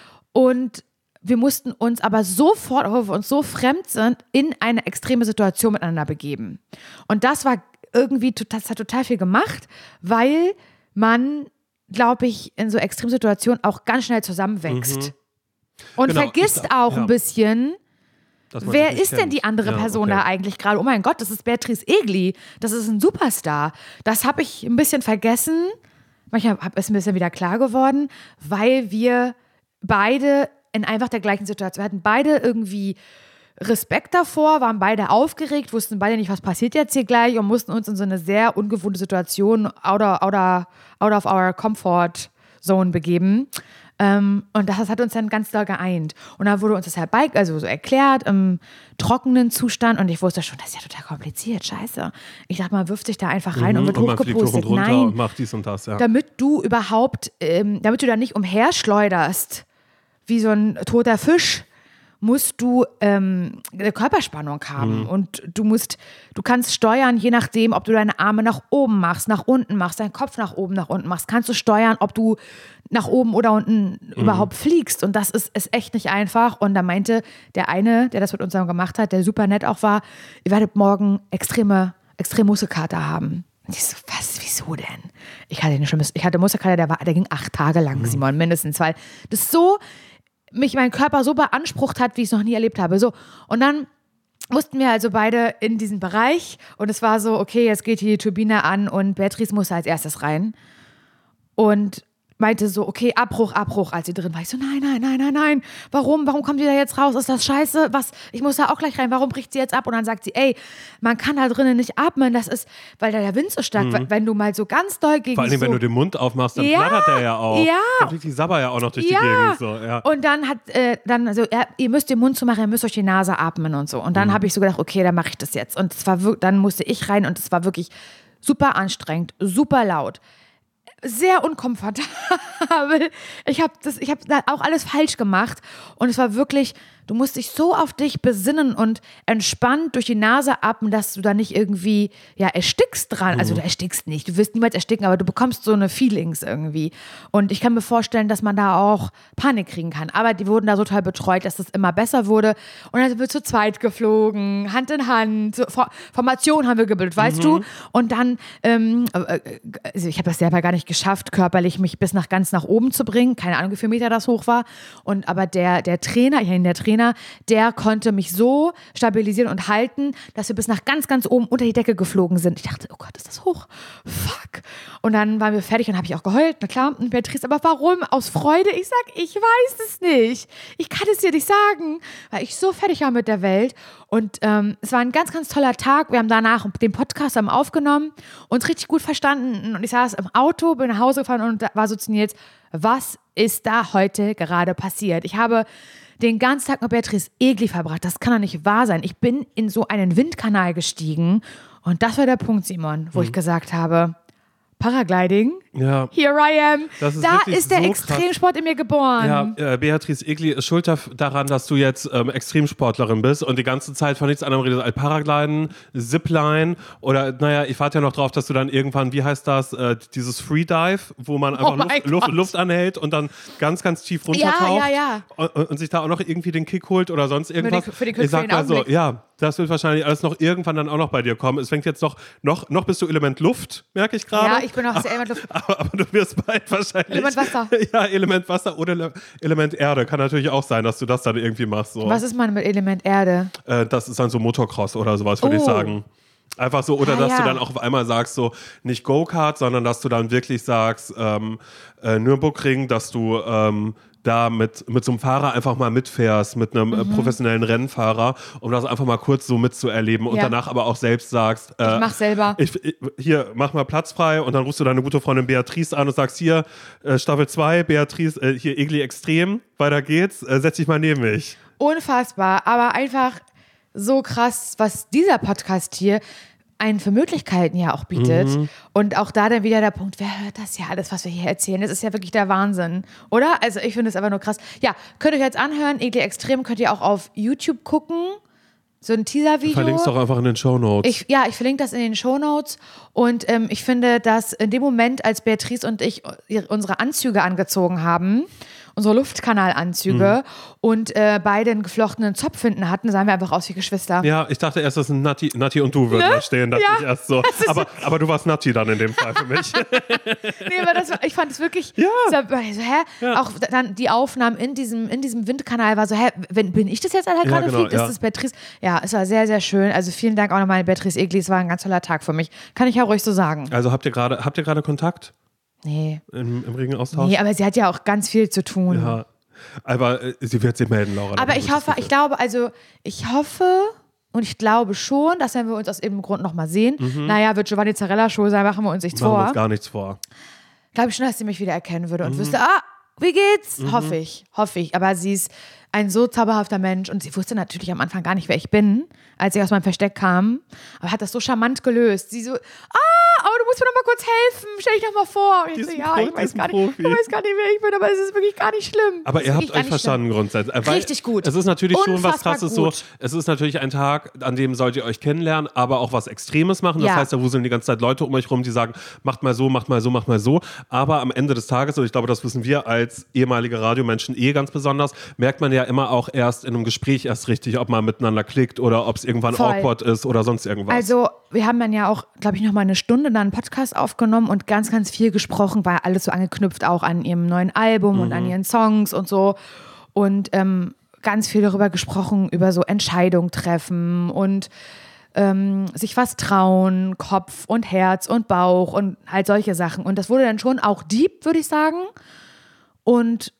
Und wir mussten uns aber sofort, obwohl wir uns so fremd sind, in eine extreme Situation miteinander begeben. Und das war irgendwie, das hat total viel gemacht, weil man, glaube ich, in so Extremsituationen auch ganz schnell zusammenwächst. Und Genau, vergisst ich- auch ja. ein bisschen, Dass man wer sich nicht ist denn kennt. die andere Ja, Person okay. da eigentlich gerade? Oh mein Gott, das ist Beatrice Egli. Das ist ein Superstar. Das habe ich ein bisschen vergessen. Manchmal ist ein bisschen wieder klar geworden, weil wir beide in einfach der gleichen Situation, wir hatten beide irgendwie Respekt davor, waren beide aufgeregt, wussten beide nicht, was passiert jetzt hier gleich und mussten uns in so eine sehr ungewohnte Situation out of, out of, out of our comfort zone begeben. Ähm, und das hat uns dann ganz doll geeint. Und dann wurde uns das herbei, also so erklärt im trockenen Zustand und ich wusste schon, das ist ja total kompliziert, scheiße. Ich dachte, man wirft sich da einfach rein und Mhm, wird und man fliegt hoch hochgepustet. und runter Nein, und macht dies und das, ja. damit du überhaupt, ähm, damit du da nicht umherschleuderst, wie so ein toter Fisch, musst du ähm, eine Körperspannung haben. Mhm. Und du musst, du kannst steuern, je nachdem, ob du deine Arme nach oben machst, nach unten machst, deinen Kopf nach oben, nach unten machst, kannst du steuern, ob du nach oben oder unten Mhm. überhaupt fliegst. Und das ist, ist echt nicht einfach. Und da meinte der eine, der das mit uns zusammen gemacht hat, der super nett auch war, ihr werdet morgen extreme, extreme Muskelkater haben. Und ich so, was, wieso denn? Ich hatte eine schlimme, ich hatte Muskelkater, der war, der ging acht Tage lang, Simon, mindestens, weil das so, mich mein Körper so beansprucht hat, wie ich es noch nie erlebt habe. So, und dann mussten wir also beide in diesen Bereich und es war so, okay, jetzt geht hier die Turbine an und Beatrice musste als erstes rein und meinte so, okay, Abbruch, Abbruch, als sie drin war. Ich so, nein, nein, nein, nein, nein, warum, warum kommt die da jetzt raus? Ist das scheiße? Was, ich muss da auch gleich rein, warum bricht sie jetzt ab? Und dann sagt sie, ey, man kann da drinnen nicht atmen, das ist, weil da der Wind so stark, mhm. wenn du mal so ganz doll gegen Vor allem, so, wenn du den Mund aufmachst, dann Ja, flattert der ja auch. ja. Dann fliegt die Sabber ja auch noch durch Ja. die Gegend. So, ja. Und dann hat, äh, dann, also, ja, ihr müsst den Mund zumachen, ihr müsst euch die Nase atmen und so. Und dann Mhm. habe ich so gedacht, okay, dann mache ich das jetzt. Und es war wirklich, dann musste ich rein und es war wirklich super anstrengend, super laut. Sehr unkomfortabel. Ich habe das, ich habe da auch alles falsch gemacht und es war wirklich, du musst dich so auf dich besinnen und entspannt durch die Nase atmen, dass du da nicht irgendwie, ja, erstickst dran. Also du erstickst nicht, du wirst niemals ersticken, aber du bekommst so eine Feelings irgendwie. Und ich kann mir vorstellen, dass man da auch Panik kriegen kann. Aber die wurden da so toll betreut, dass es immer besser wurde. Und dann sind wir zu zweit geflogen, Hand in Hand, so, For- Formation haben wir gebildet, weißt Mhm. du? Und dann, ähm, äh, also ich habe das selber gar nicht geschafft, körperlich mich bis nach ganz nach oben zu bringen. Keine Ahnung, wie viel Meter das hoch war. Und aber der, der Trainer, ich nenne der Trainer, der konnte mich so stabilisieren und halten, dass wir bis nach ganz, ganz oben unter die Decke geflogen sind. Ich dachte, oh Gott, ist das hoch? Fuck. Und dann waren wir fertig und habe ich auch geheult. Na klar, und Beatrice, aber warum? Aus Freude? Ich sag, ich weiß es nicht. Ich kann es dir nicht sagen, weil ich so fertig war mit der Welt. Und ähm, es war ein ganz, ganz toller Tag. Wir haben danach den Podcast haben aufgenommen, uns richtig gut verstanden. Und ich saß im Auto, bin nach Hause gefahren und da war so zu Nils, was ist da heute gerade passiert? Ich habe den ganzen Tag mit Beatrice Egli verbracht. Das kann doch nicht wahr sein. Ich bin in so einen Windkanal gestiegen und das war der Punkt, Simon, wo Mhm. ich gesagt habe, Paragliding, Ja. here I am. Das ist da wirklich ist der so Extremsport in mir geboren. Ja, äh, Beatrice Egli ist schuld daf- daran, dass du jetzt ähm, Extremsportlerin bist und die ganze Zeit von nichts anderem redest als Paragliden, Zipline oder, naja, ich warte ja noch drauf, dass du dann irgendwann, wie heißt das, äh, dieses Freedive, wo man einfach Oh mein Luft, Luft, Gott. Luft anhält und dann ganz, ganz tief runtertaucht Ja, ja, ja. Und, und sich da auch noch irgendwie den Kick holt oder sonst irgendwas. für den- ich sag für den mal so, Augenblick. ja, das wird wahrscheinlich alles noch irgendwann dann auch noch bei dir kommen. Es fängt jetzt noch, noch, noch bist du Element Luft, merke ich gerade. Ja, ich bin auch sehr Element Luft. Aber, aber du wirst bald wahrscheinlich. Element Wasser. Ja, Element Wasser oder Le- Element Erde. Kann natürlich auch sein, dass du das dann irgendwie machst. So. Was ist man mit Element Erde? Äh, das ist dann so Motocross oder sowas, würde Oh. ich sagen. Einfach so, oder Ah, dass ja. du dann auch auf einmal sagst, so nicht Go-Kart, sondern dass du dann wirklich sagst, ähm, äh, Nürburgring, dass du ähm, da mit, mit so einem Fahrer einfach mal mitfährst, mit einem Mhm. äh, professionellen Rennfahrer, um das einfach mal kurz so mitzuerleben und Ja. danach aber auch selbst sagst, äh, Ich mach selber. Ich, ich, hier, mach mal Platz frei und dann rufst du deine gute Freundin Beatrice an und sagst, hier, äh, Staffel zwei, Beatrice, äh, hier Egli Extrem, weiter geht's, äh, setz dich mal neben mich. unfassbar, aber einfach so krass, was dieser Podcast hier einen für Möglichkeiten ja auch bietet. Mhm. Und auch da dann wieder der Punkt, wer hört das ja alles, was wir hier erzählen? Das ist ja wirklich der Wahnsinn, oder? Also ich finde es aber nur krass. Ja, könnt ihr euch jetzt anhören, Eklig Extrem könnt ihr auch auf YouTube gucken. So ein Teaser-Video. Verlink's doch einfach in den Shownotes. Ich, ja, ich verlinke das in den Shownotes. Und ähm, ich finde, dass in dem Moment, als Beatrice und ich unsere Anzüge angezogen haben, unsere Luftkanalanzüge mhm. und äh, beide einen geflochtenen Zopf hinten hatten, sahen wir einfach aus wie Geschwister. Ja, ich dachte erst, das sind Natti, Natti und du würden ne? da stehen. Dachte ja, ich erst so. Aber, aber du warst Natti dann in dem Fall für mich. nee, aber das, ich fand es wirklich, ja. so, hä? Ja. Auch dann die Aufnahmen in diesem, in diesem Windkanal war so, hä, bin, bin ich das jetzt, Alter, gerade ja, genau, fliegt? Ja. Ist das Beatrice? Ja, es war sehr, sehr schön. Also vielen Dank auch nochmal an Beatrice Egli. Es war ein ganz toller Tag für mich. Kann ich ja ruhig so sagen. Also habt ihr gerade, habt ihr gerade Kontakt? Nee. Im, Im regen Austausch? Nee, aber sie hat ja auch ganz viel zu tun. Ja. Aber äh, sie wird sich melden, Laura. Aber ich hoffe, ich glaube, also ich hoffe und ich glaube schon, dass wenn wir uns aus irgendeinem Grund nochmal sehen, mhm. naja, wird Giovanni Zarella Show sein, machen wir uns nichts machen vor. Wir uns gar nichts vor. Glaube ich schon, dass sie mich wieder erkennen würde und mhm. wüsste, ah, wie geht's? Mhm. Hoffe ich, hoffe ich. Aber sie ist ein so zauberhafter Mensch und sie wusste natürlich am Anfang gar nicht, wer ich bin, als ich aus meinem Versteck kam. Aber hat das so charmant gelöst. Sie so, ah, aber du musst mir noch mal kurz helfen, stell dich noch mal vor. Und ich so, ja, ich weiß, gar nicht, ich weiß gar nicht, wer ich bin, aber es ist wirklich gar nicht schlimm. Aber ihr habt euch verstanden schlimm. Grundsätzlich. Weil richtig gut. Es ist natürlich Unfassbar schon was Krasses gut. so. Es ist natürlich ein Tag, an dem sollt ihr euch kennenlernen, aber auch was Extremes machen. Das ja. heißt, da wuseln die ganze Zeit Leute um euch rum, die sagen, macht mal so, macht mal so, macht mal so. Aber am Ende des Tages, und ich glaube, das wissen wir als ehemalige Radiomenschen eh ganz besonders, merkt man ja immer auch erst in einem Gespräch erst richtig, ob man miteinander klickt oder ob es irgendwann Voll. awkward ist oder sonst irgendwas. Also wir haben dann ja auch, glaube ich, noch mal eine Stunde dann einen Podcast aufgenommen und ganz, ganz viel gesprochen, war alles so angeknüpft auch an ihrem neuen Album mhm. und an ihren Songs und so. Und ähm, ganz viel darüber gesprochen, über so Entscheidungen treffen und ähm, sich was trauen, Kopf und Herz und Bauch und halt solche Sachen. Und das wurde dann schon auch deep, würde ich sagen. Und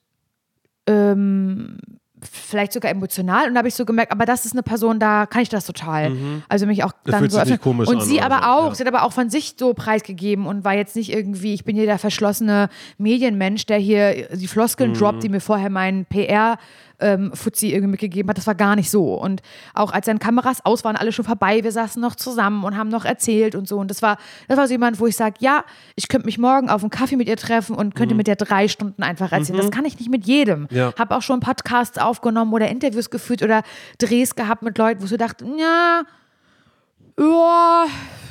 ähm, vielleicht sogar emotional und da habe ich so gemerkt, aber das ist eine Person, da kann ich das total. Mhm. Also mich auch das dann fühlt so sich nicht komisch und an sie aber so. auch, ja. sie hat aber auch von sich so preisgegeben und war jetzt nicht irgendwie, ich bin hier der verschlossene Medienmensch, der hier die Floskeln mhm. droppt, die mir vorher mein P R ähm, Fuzzi irgendwie mitgegeben hat. Das war gar nicht so. Und auch als dann Kameras aus waren, alle schon vorbei, wir saßen noch zusammen und haben noch erzählt und so. Und das war, das war so jemand, wo ich sage, ja, ich könnte mich morgen auf einen Kaffee mit ihr treffen und könnte mhm. mit der drei Stunden einfach erzählen. Mhm. Das kann ich nicht mit jedem. Ja. Habe auch schon Podcasts aufgenommen oder Interviews geführt oder Drehs gehabt mit Leuten, wo ich so dachte, ja, ja,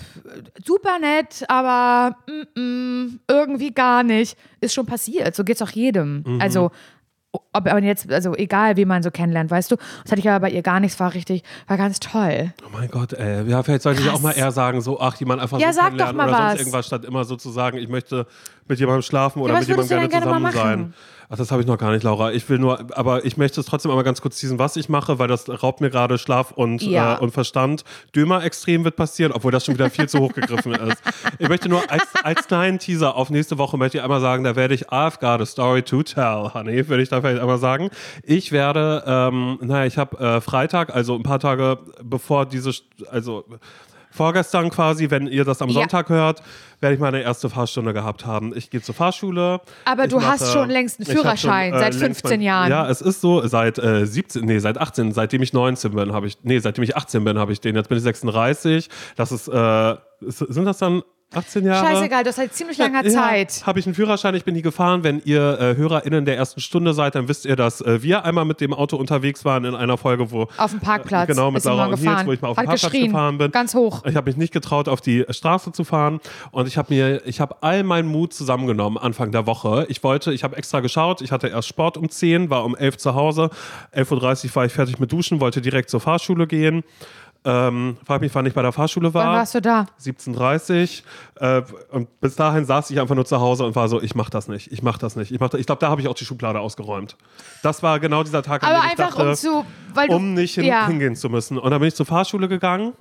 super nett, aber mm, mm, irgendwie gar nicht. Ist schon passiert. So geht's auch jedem. Mhm. Also ob aber jetzt, also egal, wie man so kennenlernt, weißt du. Das hatte ich aber bei ihr gar nichts, war richtig, war ganz toll. Oh mein Gott, ey. Ja, vielleicht sollte ich auch mal eher sagen, so, ach, jemand einfach ja, so kennenlernen oder was. sonst irgendwas, statt immer so zu sagen, ich möchte mit jemandem schlafen oder ja, mit jemandem gerne zusammen gerne sein. Ach, das habe ich noch gar nicht, Laura. Ich will nur, aber ich möchte es trotzdem einmal ganz kurz teasen, was ich mache, weil das raubt mir gerade Schlaf und, ja. äh, und Verstand. Dömer extrem wird passieren, obwohl das schon wieder viel zu hoch gegriffen ist. Ich möchte nur als, als kleinen Teaser auf nächste Woche möchte ich einmal sagen, da werde ich I've got a story to tell, honey, würde ich da vielleicht einmal sagen. Ich werde, ähm, naja, ich habe äh, Freitag, also ein paar Tage bevor diese, also vorgestern quasi, wenn ihr das am ja. Sonntag hört, werde ich meine erste Fahrstunde gehabt haben. Ich gehe zur Fahrschule. Aber ich du mache, hast schon längst einen Führerschein, schon, äh, seit fünfzehn mein, Jahren. Ja, es ist so, seit äh, siebzehn, nee, seit achtzehn, seitdem ich neunzehn bin, habe ich, nee, seitdem ich achtzehn bin, habe ich den. Jetzt bin ich sechsunddreißig. Das ist, äh, sind das dann achtzehn Jahre? Scheißegal, du hast halt ziemlich langer ja, Zeit. Habe ich einen Führerschein, ich bin nie gefahren. Wenn ihr äh, HörerInnen der ersten Stunde seid, dann wisst ihr, dass äh, wir einmal mit dem Auto unterwegs waren in einer Folge, wo... Auf dem Parkplatz. Äh, genau, mit Laura und gefahren. Nils, wo ich mal auf Hat dem Parkplatz geschrien. gefahren bin. Ganz hoch. Ich habe mich nicht getraut, auf die Straße zu fahren und ich habe mir, ich habe all meinen Mut zusammengenommen Anfang der Woche. Ich wollte, ich habe extra geschaut, ich hatte erst Sport um zehn, war um elf zu Hause, elf Uhr dreißig war ich fertig mit Duschen, wollte direkt zur Fahrschule gehen. Ähm, frag mich, wann ich bei der Fahrschule war. Wann warst du da? siebzehn Uhr dreißig. Äh, und bis dahin saß ich einfach nur zu Hause und war so, ich mach das nicht, ich mach das nicht. Ich, mach das. Ich glaube, da habe ich auch die Schublade ausgeräumt. Das war genau dieser Tag, an Aber dem ich einfach dachte, um zu, weil du, um nicht hin, ja. hingehen zu müssen. Und dann bin ich zur Fahrschule gegangen.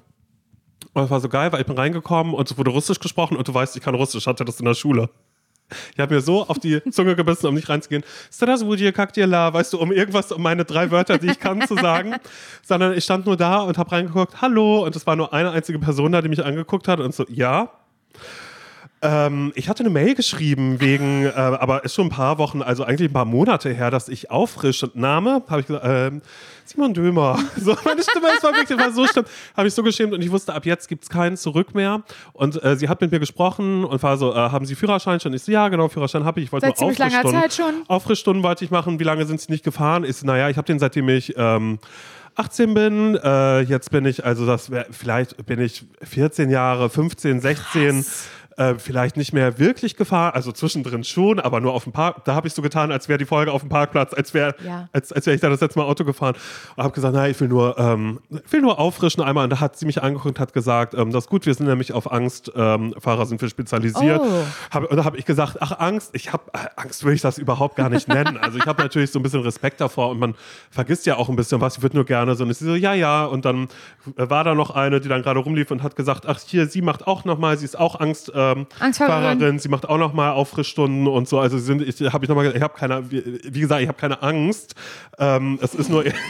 Und das war so geil, weil ich bin reingekommen und es wurde Russisch gesprochen und du weißt, ich kann Russisch, hatte das in der Schule. Ich habe mir so auf die Zunge gebissen, um nicht reinzugehen. Straswudje, Kaktila, weißt du, um irgendwas, um meine drei Wörter, die ich kann, zu sagen. Sondern ich stand nur da und habe reingeguckt, hallo. Und es war nur eine einzige Person da, die mich angeguckt hat und so, ja. Ähm, ich hatte eine Mail geschrieben wegen, äh, aber ist schon ein paar Wochen, also eigentlich ein paar Monate her, dass ich auffrische. Name, habe ich gesagt, ähm, Simon Dömer. So, meine Stimme, es war wirklich war so schlimm. Habe ich so geschämt und ich wusste, ab jetzt gibt es keinen Zurück mehr. Und äh, sie hat mit mir gesprochen und war so, äh, haben Sie Führerschein schon? Ich so, ja, genau, Führerschein habe ich. Ich wollte Seit nur ziemlich langer Auffrischstunden. Zeit schon? Auffrischstunden wollte ich machen. Wie lange sind Sie nicht gefahren? Ich so, naja, ich habe den seitdem ich ähm, achtzehn bin. Äh, jetzt bin ich, also das wär, vielleicht bin ich vierzehn Jahre, fünfzehn, sechzehn. Krass. Äh, vielleicht nicht mehr wirklich gefahren, also zwischendrin schon, aber nur auf dem Park. Da habe ich so getan, als wäre die Folge auf dem Parkplatz, als wäre Ja. als, als wär ich da das letzte Mal Auto gefahren. Und habe gesagt, nein, ich will nur, ähm, ich will nur auffrischen einmal. Und da hat sie mich angeguckt und hat gesagt, ähm, das ist gut, wir sind nämlich auf Angstfahrer ähm, sind wir spezialisiert. Oh. Hab, und da habe ich gesagt, ach Angst, ich habe Angst will ich das überhaupt gar nicht nennen. Also ich habe natürlich so ein bisschen Respekt davor und man vergisst ja auch ein bisschen was. Ich würde nur gerne so, und ich so, ja, ja. Und dann war da noch eine, die dann gerade rumlief und hat gesagt, ach hier, sie macht auch nochmal, sie ist auch Angst, ähm, Angstfahrerin. Fahrerin, sie macht auch noch mal Auffrischstunden und so. Also sind, ich habe ich noch mal, ich habe keine, wie, wie gesagt, ich habe keine Angst. Ähm, es ist nur Natürlich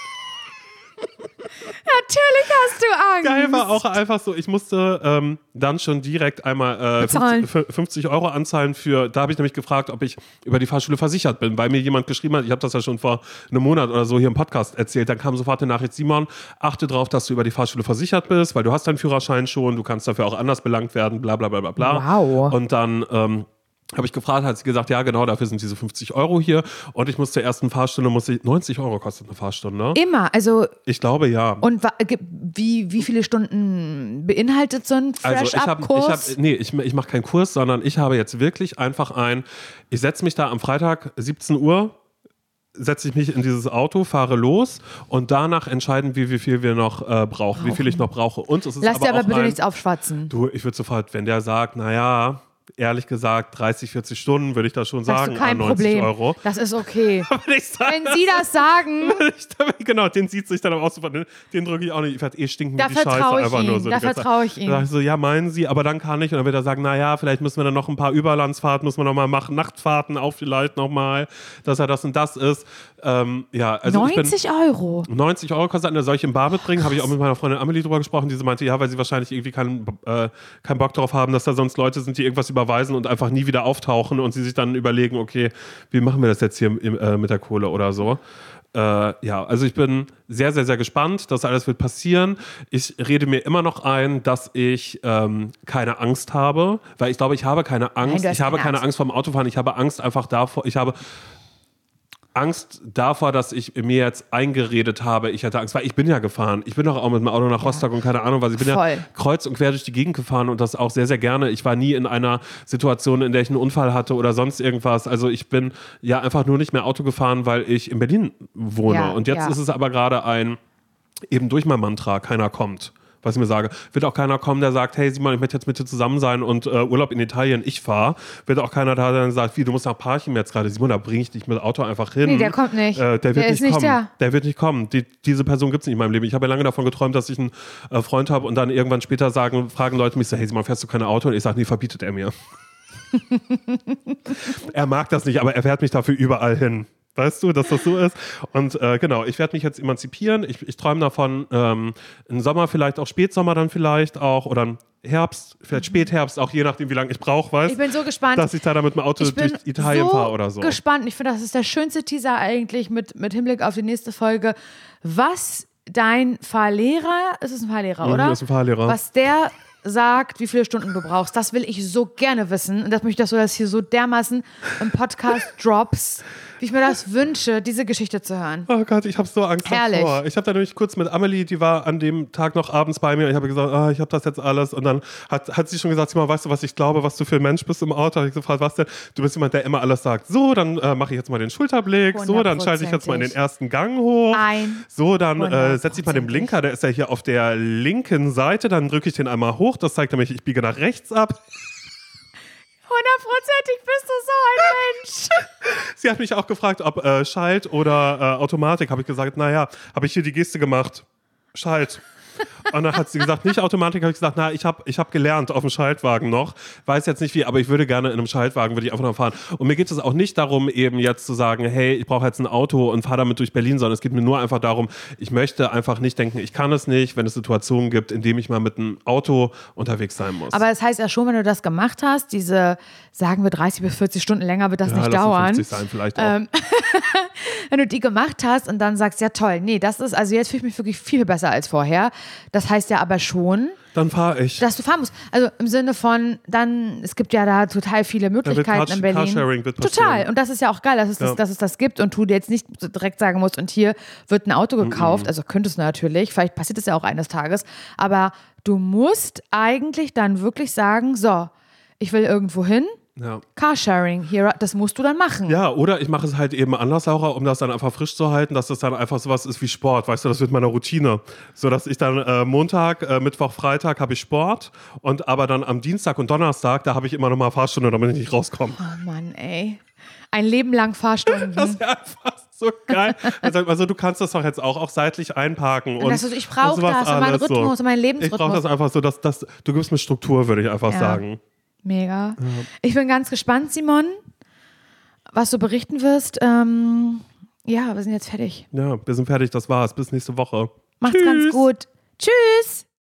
hast du Angst. geil war auch einfach so. Ich musste ähm, dann schon direkt einmal äh, fünfzig, fünfzig Euro anzahlen für. Da habe ich nämlich gefragt, ob ich über die Fahrschule versichert bin, weil mir jemand geschrieben hat. Ich habe das ja schon vor einem Monat oder so hier im Podcast erzählt. Dann kam sofort die Nachricht: Simon, achte darauf, dass du über die Fahrschule versichert bist, weil du hast deinen Führerschein schon. Du kannst dafür auch anders belangt werden. Bla bla bla bla bla. Wow. Und dann ähm, habe ich gefragt, hat sie gesagt, ja genau, dafür sind diese fünfzig Euro hier. Und ich muss zur ersten Fahrstunde, muss ich, neunzig Euro kostet eine Fahrstunde. Immer, also. Ich glaube, ja. Und wa- ge- wie, wie viele Stunden beinhaltet so ein Also ich habe, ich Fresh-Up-Kurs? hab, nee, ich, ich mache keinen Kurs, sondern ich habe jetzt wirklich einfach ein, ich setze mich da am Freitag siebzehn Uhr, setze ich mich in dieses Auto, fahre los und danach entscheiden wir, wie viel wir noch äh, brauchen, wie viel ich noch brauche. Und es ist Lass aber dir aber auch bitte ein, nichts aufschwatzen. Du, ich würde sofort, wenn der sagt, naja, ehrlich gesagt, dreißig, vierzig Stunden, würde ich da schon Sagst sagen, du, kein ah, neunzig Problem. Euro. Das ist okay. Wenn ich sage, Wenn Sie das sagen, ich, genau, den sieht sich dann aber auch so, den, den drücke ich auch nicht. Ich werde eh stinken da wie die Scheiße. vertraue ich Einfach nur Ihnen. so Da die ganze Zeit. vertraue ich Dann sage Ihnen. ich so, ja, meinen Sie, aber dann kann ich. Und dann wird er sagen, naja, vielleicht müssen wir dann noch ein paar Überlandsfahrten, müssen wir noch mal machen, Nachtfahrten auch vielleicht noch mal, dass er das und das ist. Ähm, ja, also neunzig ich Euro. bin, neunzig Euro kostet eine solche in Bar mitbringen, habe ich auch mit meiner Freundin Amelie drüber gesprochen, die so meinte, ja, weil sie wahrscheinlich irgendwie keinen, äh, keinen Bock darauf haben, dass da sonst Leute sind, die irgendwas überweisen und einfach nie wieder auftauchen und sie sich dann überlegen, okay, wie machen wir das jetzt hier im, äh, mit der Kohle oder so. Äh, ja, also ich bin sehr, sehr, sehr gespannt. Das alles wird passieren. Ich rede mir immer noch ein, dass ich ähm, keine Angst habe, weil ich glaube, ich habe keine Angst. Nein, du hast ich habe keine keine Angst. Angst vorm Autofahren. Ich habe Angst einfach davor. Ich habe Angst davor, dass ich mir jetzt eingeredet habe, ich hätte Angst, weil ich bin ja gefahren. Ich bin doch auch mit dem Auto nach Rostock und keine Ahnung was. Ich bin Voll. ja kreuz und quer durch die Gegend gefahren und das auch sehr, sehr gerne. Ich war nie in einer Situation, in der ich einen Unfall hatte oder sonst irgendwas. Also ich bin ja einfach nur nicht mehr Auto gefahren, weil ich in Berlin wohne. Ja, und jetzt ja. ist es aber gerade ein, eben durch mein Mantra, keiner kommt. Was ich mir sage, wird auch keiner kommen, der sagt, hey Simon, ich möchte jetzt mit dir zusammen sein und äh, Urlaub in Italien, ich fahre. Wird auch keiner da, der dann sagt, wie, du musst nach Parchim jetzt gerade. Simon, da bringe ich dich mit dem Auto einfach hin. Nee, der kommt nicht. Äh, der wird Der nicht ist nicht kommen. da. Der wird nicht kommen. Die, diese Person gibt es nicht in meinem Leben. Ich habe ja lange davon geträumt, dass ich einen äh, Freund habe und dann irgendwann später sagen, fragen Leute mich so, hey Simon, fährst du kein Auto? Und ich sage, nee, verbietet er mir. Er mag das nicht, aber er fährt mich dafür überall hin. Weißt du, dass das so ist? Und äh, genau, ich werde mich jetzt emanzipieren. Ich, ich träume davon, ähm, im Sommer vielleicht auch, Spätsommer dann vielleicht auch oder im Herbst, vielleicht Spätherbst, auch je nachdem, wie lange ich brauche, weißt Ich bin so gespannt. dass ich da mit dem Auto Ich bin durch Italien so fahre oder so. gespannt. Ich finde, das ist der schönste Teaser eigentlich mit, mit Hinblick auf die nächste Folge. Was dein Fahrlehrer, ist es ein Fahrlehrer, oder? Das ist ein Fahrlehrer. Was der sagt, wie viele Stunden du brauchst. Das will ich so gerne wissen. Und das möchte ich, dass du das hier so dermaßen im Podcast drops, wie ich mir das wünsche, diese Geschichte zu hören. Oh Gott, ich habe so Angst Herrlich. davor. Ich habe da nämlich kurz mit Amelie, die war an dem Tag noch abends bei mir. Ich habe gesagt, ah, ich habe das jetzt alles. Und dann hat, hat sie schon gesagt, Simon, weißt du, was ich glaube, was du für ein Mensch bist im Auto? Habe ich gefragt, was denn? Du bist jemand, der immer alles sagt. So, dann äh, mache ich jetzt mal den Schulterblick. So, dann schalte ich jetzt mal in den ersten Gang hoch. Ein. So, dann äh, setze ich mal den Blinker. Der ist ja hier auf der linken Seite. Dann drücke ich den einmal hoch. Das zeigt nämlich, ich biege nach rechts ab. Hundertprozentig bist du so ein Mensch. Sie hat mich auch gefragt, ob äh, Schalt oder äh, Automatik. Habe ich gesagt, naja, habe ich hier die Geste gemacht. Schalt. Und dann hat sie gesagt, nicht Automatik, habe ich gesagt, na, ich habe ich hab gelernt auf dem Schaltwagen noch, weiß jetzt nicht wie, aber ich würde gerne in einem Schaltwagen, würde ich einfach noch fahren. Und mir geht es auch nicht darum, eben jetzt zu sagen, hey, ich brauche jetzt ein Auto und fahre damit durch Berlin, sondern es geht mir nur einfach darum, ich möchte einfach nicht denken, ich kann es nicht, wenn es Situationen gibt, in denen ich mal mit einem Auto unterwegs sein muss. Aber das heißt ja schon, wenn du das gemacht hast, diese, sagen wir dreißig bis vierzig Stunden länger wird das ja, nicht lass dauern. fünfzig sein vielleicht auch. Ähm, wenn du die gemacht hast und dann sagst, ja toll, nee, das ist, also jetzt fühle ich mich wirklich viel besser als vorher. Das heißt ja aber schon, dann fahre ich. dass du fahren musst. Also im Sinne von, dann, es gibt ja da total viele Möglichkeiten Car- in Berlin. Carsharing wird passieren. Total. Und das ist ja auch geil, dass es, ja. das, dass es das gibt und du dir jetzt nicht direkt sagen musst, und hier wird ein Auto gekauft. Mm-mm. Also könntest du natürlich, vielleicht passiert es ja auch eines Tages, aber du musst eigentlich dann wirklich sagen, so, ich will irgendwo hin. Ja. Carsharing, hier, das musst du dann machen. Ja, oder ich mache es halt eben anders, Laura, um das dann einfach frisch zu halten, dass das dann einfach sowas ist wie Sport, weißt du, das wird meine Routine. So, dass ich dann äh, Montag, äh, Mittwoch, Freitag habe ich Sport und aber dann am Dienstag und Donnerstag, da habe ich immer noch mal Fahrstunde, damit ich nicht rauskomme. Oh Mann, ey. Ein Leben lang Fahrstunden. Das ist ja einfach so geil. Also, also du kannst das doch jetzt auch, auch seitlich einparken. Und, und das, ich brauche das, und meinen Rhythmus, und meinen Lebensrhythmus. Ich brauche das einfach so, dass, dass du gibst mir Struktur, würde ich einfach ja. sagen. Mega. Ja. Ich bin ganz gespannt, Simon, was du berichten wirst. Ähm, ja, wir sind jetzt fertig. Ja, wir sind fertig, das war's. Bis nächste Woche. Macht's Tschüss. ganz gut. Tschüss.